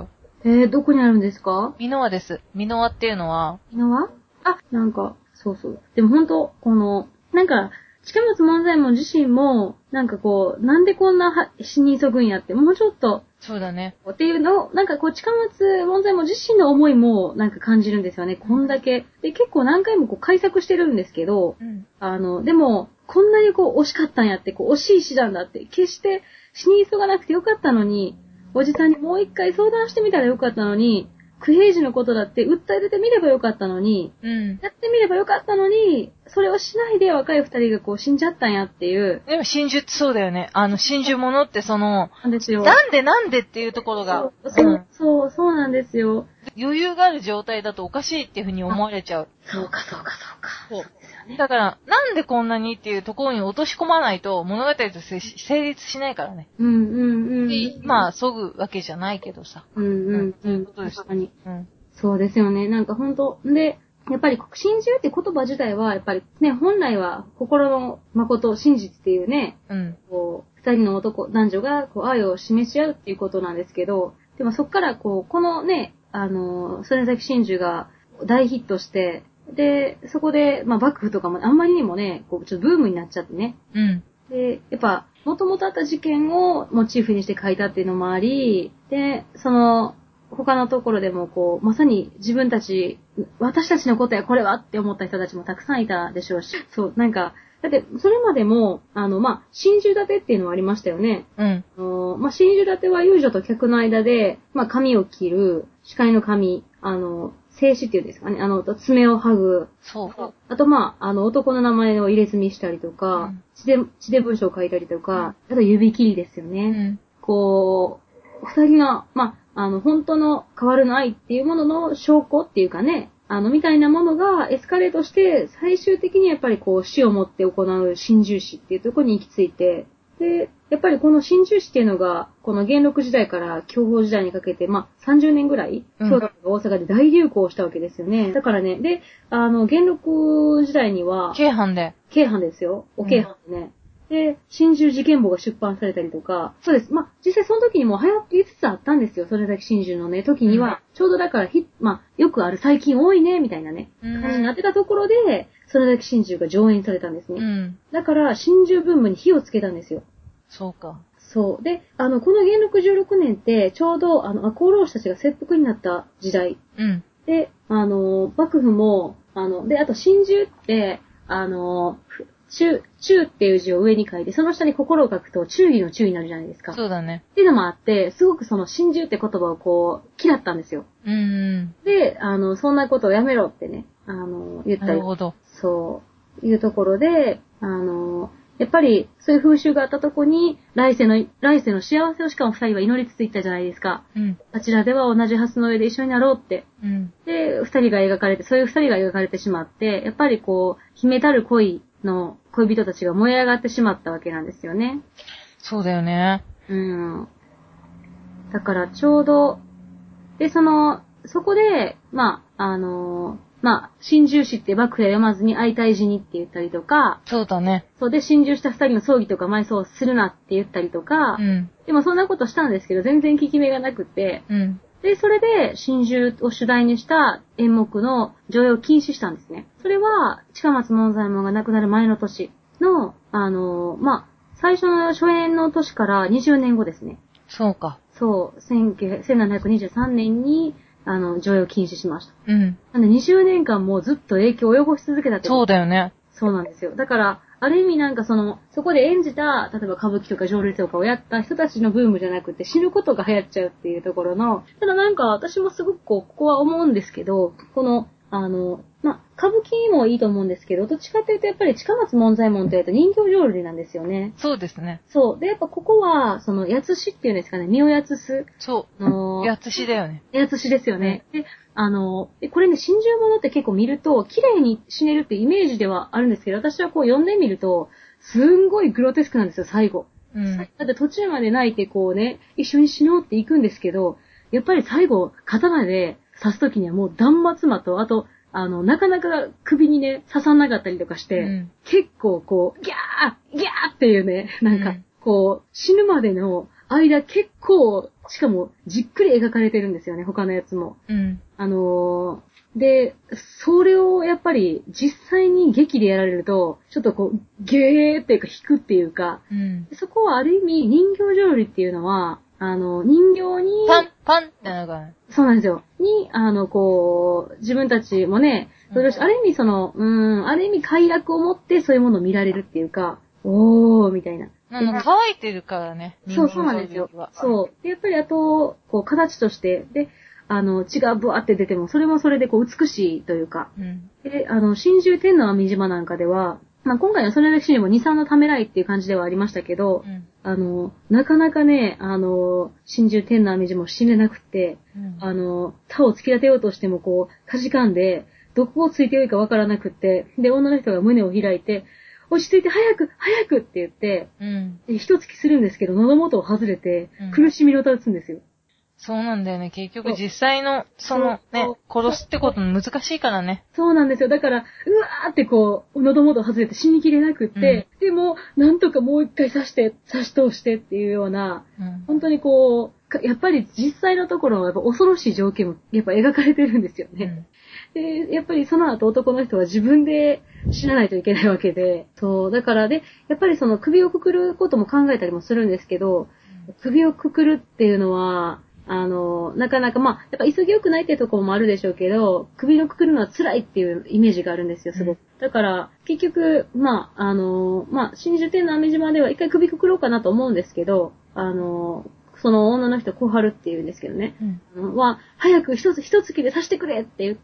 えー、どこにあるんですか？ 美濃輪です。美濃輪っていうのは。 美濃輪？あ、なんか、そうそう。でもほんと、この、なんか、近松門左衛門自身も、なんかこう、なんでこんな死に急ぐんやって、もうちょっと、 そうだね。 っていうのを、なんかこう、近松門左衛門自身の思いも、なんか感じるんですよね。こんだけ。で、結構何回もこう、改作してるんですけど、うん、あの、でも、こんなにこう、惜しかったんやって、こう、惜しい死なんだって、決して死に急がなくてよかったのに、おじさんにもう一回相談してみたらよかったのに、不平時のことだって訴え出てみればよかったのに、うん、やってみればよかったのに、それをしないで若い二人がこう死んじゃったんやっていう。 でも真珠ってそうだよね。あの、真珠ものってその、なんですよ。なんでなんでっていうところが。 そう、そう、うん、そう、そうなんですよ。 余裕がある状態だとおかしいっていうふうに思われちゃう。 そうか、そうか、そうか。 そうですよね。だから、なんでこんなにっていうところに落とし込まないと物語として成立しないからね。 うんうんうん。 で、まあ、そぐわけじゃないけどさ。 うんうんうん。 そういうことです。 確かに。 うん。 そうですよね。なんかほんと。で、やっぱり真珠って言葉自体は、やっぱりね、本来は心の誠、真実っていうね、うん、こう、二人の男、男女がこう愛を示し合うっていうことなんですけど、でもそっからこう、このね、あの、曽根崎真珠が大ヒットして、で、そこで、まあ幕府とかもあんまりにもね、こう、ちょっとブームになっちゃってね。うん。で、やっぱ、元々あった事件をモチーフにして書いたっていうのもあり、で、その、他のところでもこう、まさに自分たち、私たちのことやこれはって思った人たちもたくさんいたでしょうし、そう、なんか、だって、それまでも、あの、まあ、真珠立てっていうのはありましたよね。うん。あのまあ、真珠立ては遊女と客の間で、まあ、髪を切る、司会の髪、あの、静止っていうんですかね、あの、爪を剥ぐ。そう。あと、まあ、あの、男の名前を入れ墨したりとか、うん、血で、血で文章を書いたりとか、うん、あと指切りですよね。うん、こう、二人の、まあ、あの、本当の変わるの愛っていうものの証拠っていうかね、あの、みたいなものがエスカレートして、最終的にやっぱりこう、死をもって行う心中死っていうところに行き着いて、で、やっぱりこの心中死っていうのが、この元禄時代から享保時代にかけて、まあ、さんじゅうねんぐらい、京都とか大阪で大流行したわけですよね。うん、だからね、で、あの、元禄時代には、 京阪で。 京阪ですよ。お京阪でね。うん、で、心中事件簿が出版されたりとか、そうです。まあ、実際その時にも流行りつつあったんですよ。それだけ心中のね、時には、うん、ちょうどだからひ、まあ、よくある最近多いね、みたいなね、感じになってたところで、それだけ心中が上演されたんですね。うん、だから、心中ブームに火をつけたんですよ。 そうか。 そう。で、あの、この元禄じゅうろくねんって、ちょうど、あの、赤穂浪士たちが切腹になった時代。うん。で、あの、幕府も、あの、で、あと、心中って、あの、中、中っていう字を上に書いて、その下に心を書くと、忠義の忠になるじゃないですか。 そうだね。 っていうのもあって、すごくその、心中って言葉をこう、嫌ったんですよ。うん。で、あの、そんなことをやめろってね、あの、言ったり。なるほど。そう。いうところで、あの、やっぱり、そういう風習があったとこに、来世の、来世の幸せをしかも二人は祈りつついったじゃないですか。うん。あちらでは同じ蓮の上で一緒になろうって。うん。で、二人が描かれて、そういう二人が描かれてしまって、やっぱりこう、秘めたる恋の恋人たちが燃え上がってしまったわけなんですよね。 そうだよね。 うん。だからちょうど、で、その、そこで、まあ、あのー、まあ、心中死って幕府は読まずに会いたい死にって言ったりとか、 そうだね。 そうで、心中した二人の葬儀とか埋葬するなって言ったりとか、うん、でもそんなことしたんですけど、全然効き目がなくて、うん、で、それで、心中を主題にした演目の上映を禁止したんですね。それは、近松門左衛門が亡くなる前の年の、あのー、まあ、最初の初演の年からにじゅうねんごですね。 そうか。 そう、せんななひゃくにじゅうさんねんに、あの、上映を禁止しました。うん。なんでにじゅうねんかんもずっと影響を及ぼし続けたってこと。 そうだよね。 そうなんですよ。だから、ある意味なんかその、そこで演じた、例えば歌舞伎とか浄瑠璃とかをやった人たちのブームじゃなくて死ぬことが流行っちゃうっていうところの、ただなんか私もすごくこう、ここは思うんですけど、この、あの、まあ、歌舞伎もいいと思うんですけど、どっちかというとやっぱり近松門左衛門と言うと人形浄瑠璃なんですよね。 そうですね。 そう。で、やっぱここは、その、八つ死っていうんですかね、身を八つす。 そう。の八つ死だよね。 八つ死ですよね。うん、で、あの、これね、心中物って結構見ると、綺麗に死ねるってイメージではあるんですけど、私はこう読んでみると、すんごいグロテスクなんですよ、最後。うん、だって途中まで泣いてこうね、一緒に死のうって行くんですけど、やっぱり最後、刀で刺すときにはもう断末魔と、あと、あの、なかなか首にね、刺さんなかったりとかして、うん、結構こう、ギャーギャーっていうね、なんか、うん、こう、死ぬまでの間結構、しかもじっくり描かれてるんですよね、他のやつも。 うん。 あのー、で、それをやっぱり実際に劇でやられると、ちょっとこう、ゲーっていうか引くっていうか、 うん、 そこはある意味人形浄瑠璃っていうのは、あの、人形に、 パン、パンってなんか、 そうなんですよ。に、あの、こう、自分たちもね、それを、うん、ある意味その、うーん、ある意味快楽を持ってそういうものを見られるっていうか、おー、みたいな。 なんか乾いてるからね。 そう、そうなんですよ。そう。で、やっぱりあと、こう、形として、で、あの、血がブワーって出ても、それもそれでこう、美しいというか。うん、で、あの、真珠天の網島なんかでは、まあ、今回のその歴史にもに、さんのためらいっていう感じではありましたけど、うん、あの、なかなかね、あの、真珠天の網島を死ねなくて、うん、あの、他を突き立てようとしてもこう、かじかんで、どこをついてよいかわからなくって、で、女の人が胸を開いて、落ち着いて早く早くって言って、うん、一突きするんですけど、喉元を外れて、苦しみの歌打つんですよ。 そうなんだよね。結局実際の、そのね、殺すってことも難しいからね。 そうなんですよ。だから、うわーってこう、喉元外れて死にきれなくって、うん、でも、なんとかもう一回刺して、刺し通してっていうような、うん、本当にこう、やっぱり実際のところはやっぱ恐ろしい条件もやっぱ描かれてるんですよね。うん、で、やっぱりその後男の人は自分で死なないといけないわけで、そう、だからで、やっぱりその首をくくることも考えたりもするんですけど、うん、首をくくるっていうのは、あの、なかなか、まあ、やっぱ急ぎ良くないっていうところもあるでしょうけど、首をくくるのは辛いっていうイメージがあるんですよ、すごく。うん、だから、結局、まあ、あの、まあ、真珠天の網島では一回首くくろうかなと思うんですけど、あの、その女の人、小春っていうんですけどね、うん、は、早く一つ一月で刺してくれって言って、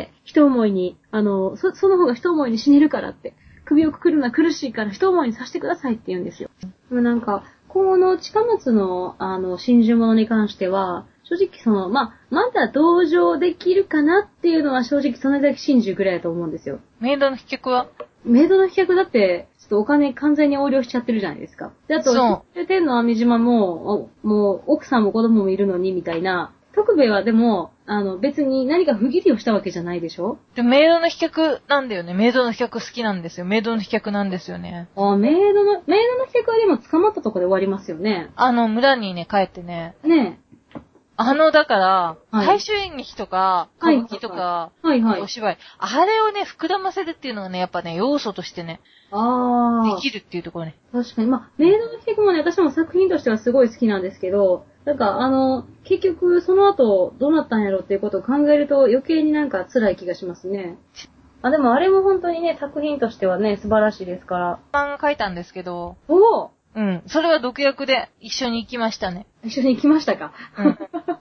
一思いに、あの、そ、その方が一思いに死ねるからって、首をくくるのは苦しいから一思いに刺してくださいって言うんですよ。でもなんか、この近松の、あの、真珠物に関しては、正直その、まあ、まだ同情できるかなっていうのは正直それだけ真珠ぐらいだと思うんですよ。 メイドの飛脚はメイドの飛脚だって、ちょっとお金完全に横領しちゃってるじゃないですか。で、あと、真珠天の網島も、もう、奥さんも子供もいるのに、みたいな。徳兵衛はでも、あの、別に何か不義理をしたわけじゃないでしょ？ でメイドの飛脚なんだよね。メイドの飛脚好きなんですよ。メイドの飛脚なんですよね。 あ、メイドの、メイドの飛脚はでも捕まったとこで終わりますよね。 あの、村にね、帰ってね。 ねえ。 あの、だから、はい、大衆演劇とか、歌舞伎とか、はいはい、お芝居、あれをね、膨らませるっていうのがね、やっぱね、要素としてね、あできるっていうところね。 確かに。まあ、メイドの飛脚もね、私も作品としてはすごい好きなんですけど、なんか、あの、結局、その後、どうなったんやろっていうことを考えると、余計になんか辛い気がしますね。あ、でもあれも本当にね、作品としてはね、素晴らしいですから。 漫画書いたんですけど、 おぉうん。それは毒薬で一緒に行きましたね。 一緒に行きましたか。うん。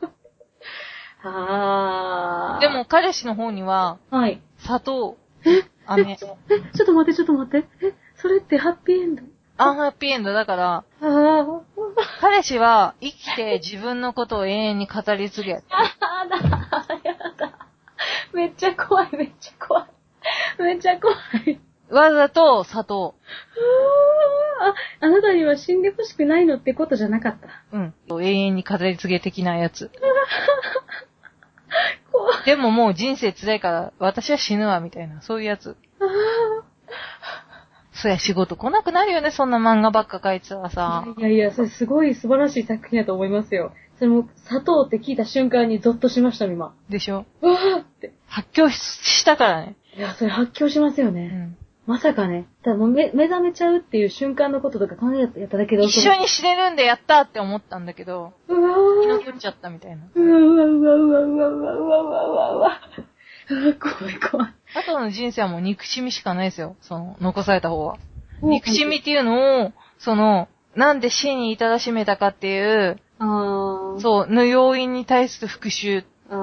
はー。でも彼氏の方には、はい。砂糖、 え飴。 え、ちょっと待って、ちょっと待って。え、それってハッピーエンド？ アンハッピーエンドだから、あ彼氏は生きて自分のことを永遠に語り継げ。やだ、 やだ。めっちゃ怖い、めっちゃ怖い。めっちゃ怖い。 わざと砂糖。 あ、あなたには死んでほしくないのってことじゃなかった。 うん。永遠に語り継げ的なやつ。でももう人生辛いから私は死ぬわみたいな、そういうやつ。そや仕事来なくなるよね、そんな漫画ばっか書いてたらさ。 いやいや、それすごい素晴らしい作品だと思いますよ。それも砂糖って聞いた瞬間にゾッとしました、今。 でしょ？ うわーって。 発狂したからね。 いや、それ発狂しますよね。うん。まさかね。ただもう目、目覚めちゃうっていう瞬間のこととか考えやっただけど。 一緒に死ねるんでやったって思ったんだけど。うわー。生き残っちゃったみたいな。 うわうわうわうわうわうわうわうわうわうわ。怖い怖い。 あとの人生はもう憎しみしかないですよ。その、残された方は。憎しみっていうのを、その、なんで死に至らしめたかっていう、あそう、の要因に対する復讐。あ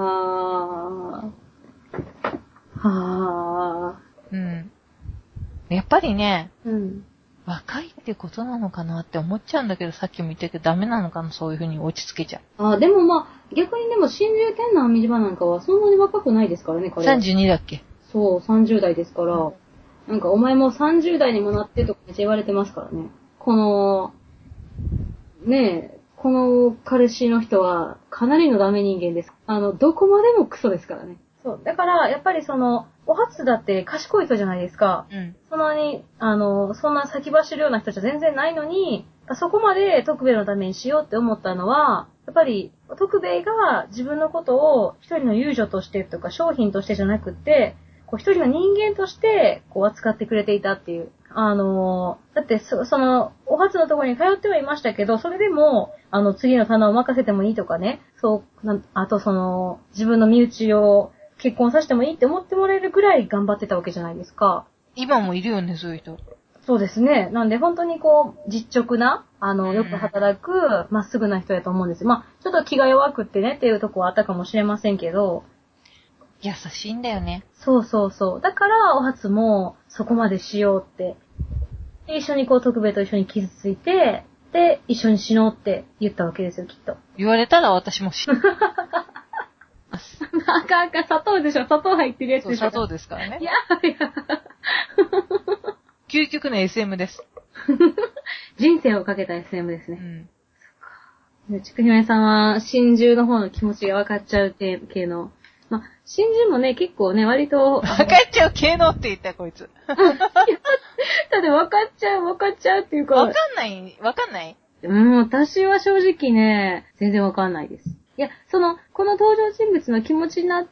あ。はあ。うん。やっぱりね、うん。若いってことなのかなって思っちゃうんだけど、さっきも言ったけどダメなのかな、そういう風に落ち着けちゃう。 あ、でもまあ、逆にでも真珠天の網島なんかはそんなに若くないですからね、彼は。 さんじゅうにだっけ？ そう、さんじゅう代ですから。なんかお前もさんじゅう代にもなってとかめっちゃ言われてますからね。この、ねえ、この彼氏の人はかなりのダメ人間です。あの、どこまでもクソですからね。そう。だから、やっぱりその、お初だって賢い人じゃないですか。うん。そんなに、あの、そんな先走るような人じゃ全然ないのに、 そこまで徳兵衛のためにしようって思ったのは、やっぱり徳兵衛が自分のことを一人の遊女としてとか商品としてじゃなくって、こう一人の人間としてこう扱ってくれていたっていう。あのー、だってそ、その、お初のところに通ってはいましたけど、それでも、あの、次の棚を任せてもいいとかね、そう、なんあとその、自分の身内を結婚させてもいいって思ってもらえるぐらい頑張ってたわけじゃないですか。 今もいるよね、そういう人。 そうですね。なんで本当にこう、実直な、あの、よく働く、まっすぐな人やと思うんですよ。まあ、ちょっと気が弱くってねっていうとこはあったかもしれませんけど。 優しいんだよね。 そうそうそう。だから、お初もそこまでしようって。で一緒にこう、徳兵衛と一緒に傷ついて、で、一緒に死のうって言ったわけですよ、きっと。 言われたら私も死ぬ。 あかんあかん、砂糖でしょ、砂糖入ってるやつでしょ。 そう、砂糖ですからね。 いやいや。 究極の エスエム です。 人生をかけた エスエム ですね。うん。ちくひめさんは、真珠の方の気持ちが分かっちゃう系の。まあ、真珠もね、結構ね、割と。 分かっちゃう系のって言ったこいつ。 だって分かっちゃう、分かっちゃうっていうか。 分かんない、分かんないうん、私は正直ね、全然分かんないです。いや、その、この登場人物の気持ちになって、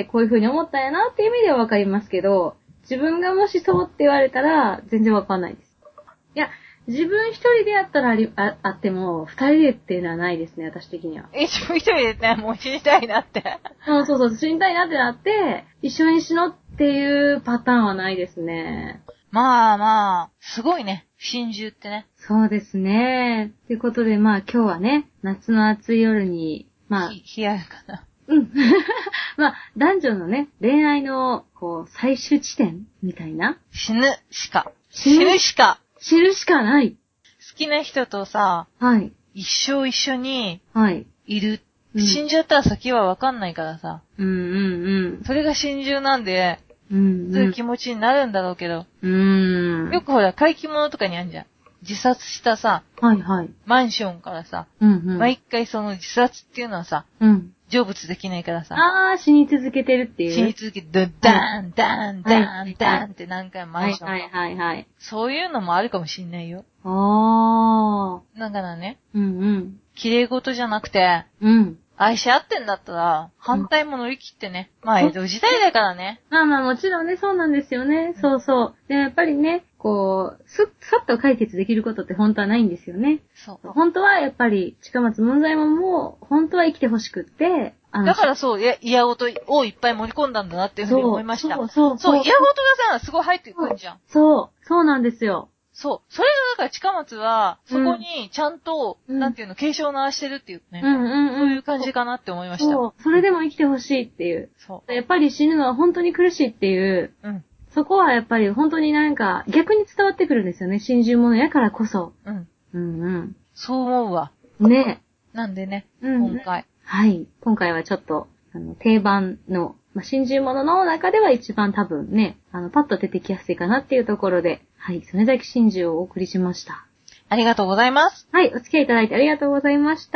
こういう風に思ったんやなっていう意味では分かりますけど、自分がもしそうって言われたら、全然分かんないです。いや、自分一人でやったらあり、あ、あっても、二人でっていうのはないですね、私的には。 え、自分一人でね、もう死にたいなって。 うん、そうそう、死にたいなってなって、一緒に死のうっていうパターンはないですね。 まあまあ、すごいね、真珠ってね。 そうですね。ということで、まあ今日はね、夏の暑い夜に、まあ。 ひ、冷ややかな。 うん。まあ、男女のね、恋愛の、こう、最終地点みたいな。 死ぬしか。死ぬしか。 死ぬしかない。 好きな人とさ、 はい。 一生一緒に、 はい。 いる。 うん、 死んじゃったら先はわかんないからさ。 うんうんうん。 それが真珠なんで、 うんうん、 そういう気持ちになるんだろうけど。 うーん。 よくほら、怪奇物とかにあるじゃん。自殺したさ、 はいはい。 マンションからさ、 うんうん、 毎回その自殺っていうのはさ、 うん、 成仏できないからさ。 あー、死に続けてるっていう。 死に続けて、ダーン、ダーン、ダーン、ダーンって何回もマンション。 はいはいはいはい。 そういうのもあるかもしんないよ。 あー。だからね。 うんうん。 綺麗事じゃなくて、 うん。 愛し合ってんだったら、反対も乗り切ってね。うん、まあ、江戸時代だからね。 まあまあもちろんね、そうなんですよね。うん、そうそう。で、やっぱりね、こう、す、さっと解決できることって本当はないんですよね。 そう。 本当はやっぱり、近松門左衛門も、本当は生きてほしくって、 あのだからそう、いや、嫌事をいっぱい盛り込んだんだなっていうふうに思いました。 そうそうそう。 そう、嫌事がさ、すごい入ってくるじゃん。 そう、そうなんですよ。 そう。それがだから近松は、そこにちゃんと、うん、なんていうの、警鐘を鳴らしてるっていうね。うんうんうん。そういう感じかなって思いました。 そう。それでも生きてほしいっていう。そう。やっぱり死ぬのは本当に苦しいっていう。うん。そこはやっぱり本当になんか逆に伝わってくるんですよね。真珠物やからこそ。うん。うんうん。 そう思うわ。 ね。 なんでね、うん、今回。 はい。今回はちょっと、あの、定番の、まあ、真珠物の中では一番多分ね、あの、パッと出てきやすいかなっていうところで、はい、曽根崎真珠をお送りしました。 ありがとうございます。 はい、お付き合いいただいてありがとうございました。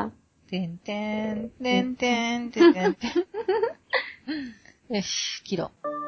てんてん、てんてん、てんてん。よし、切ろう。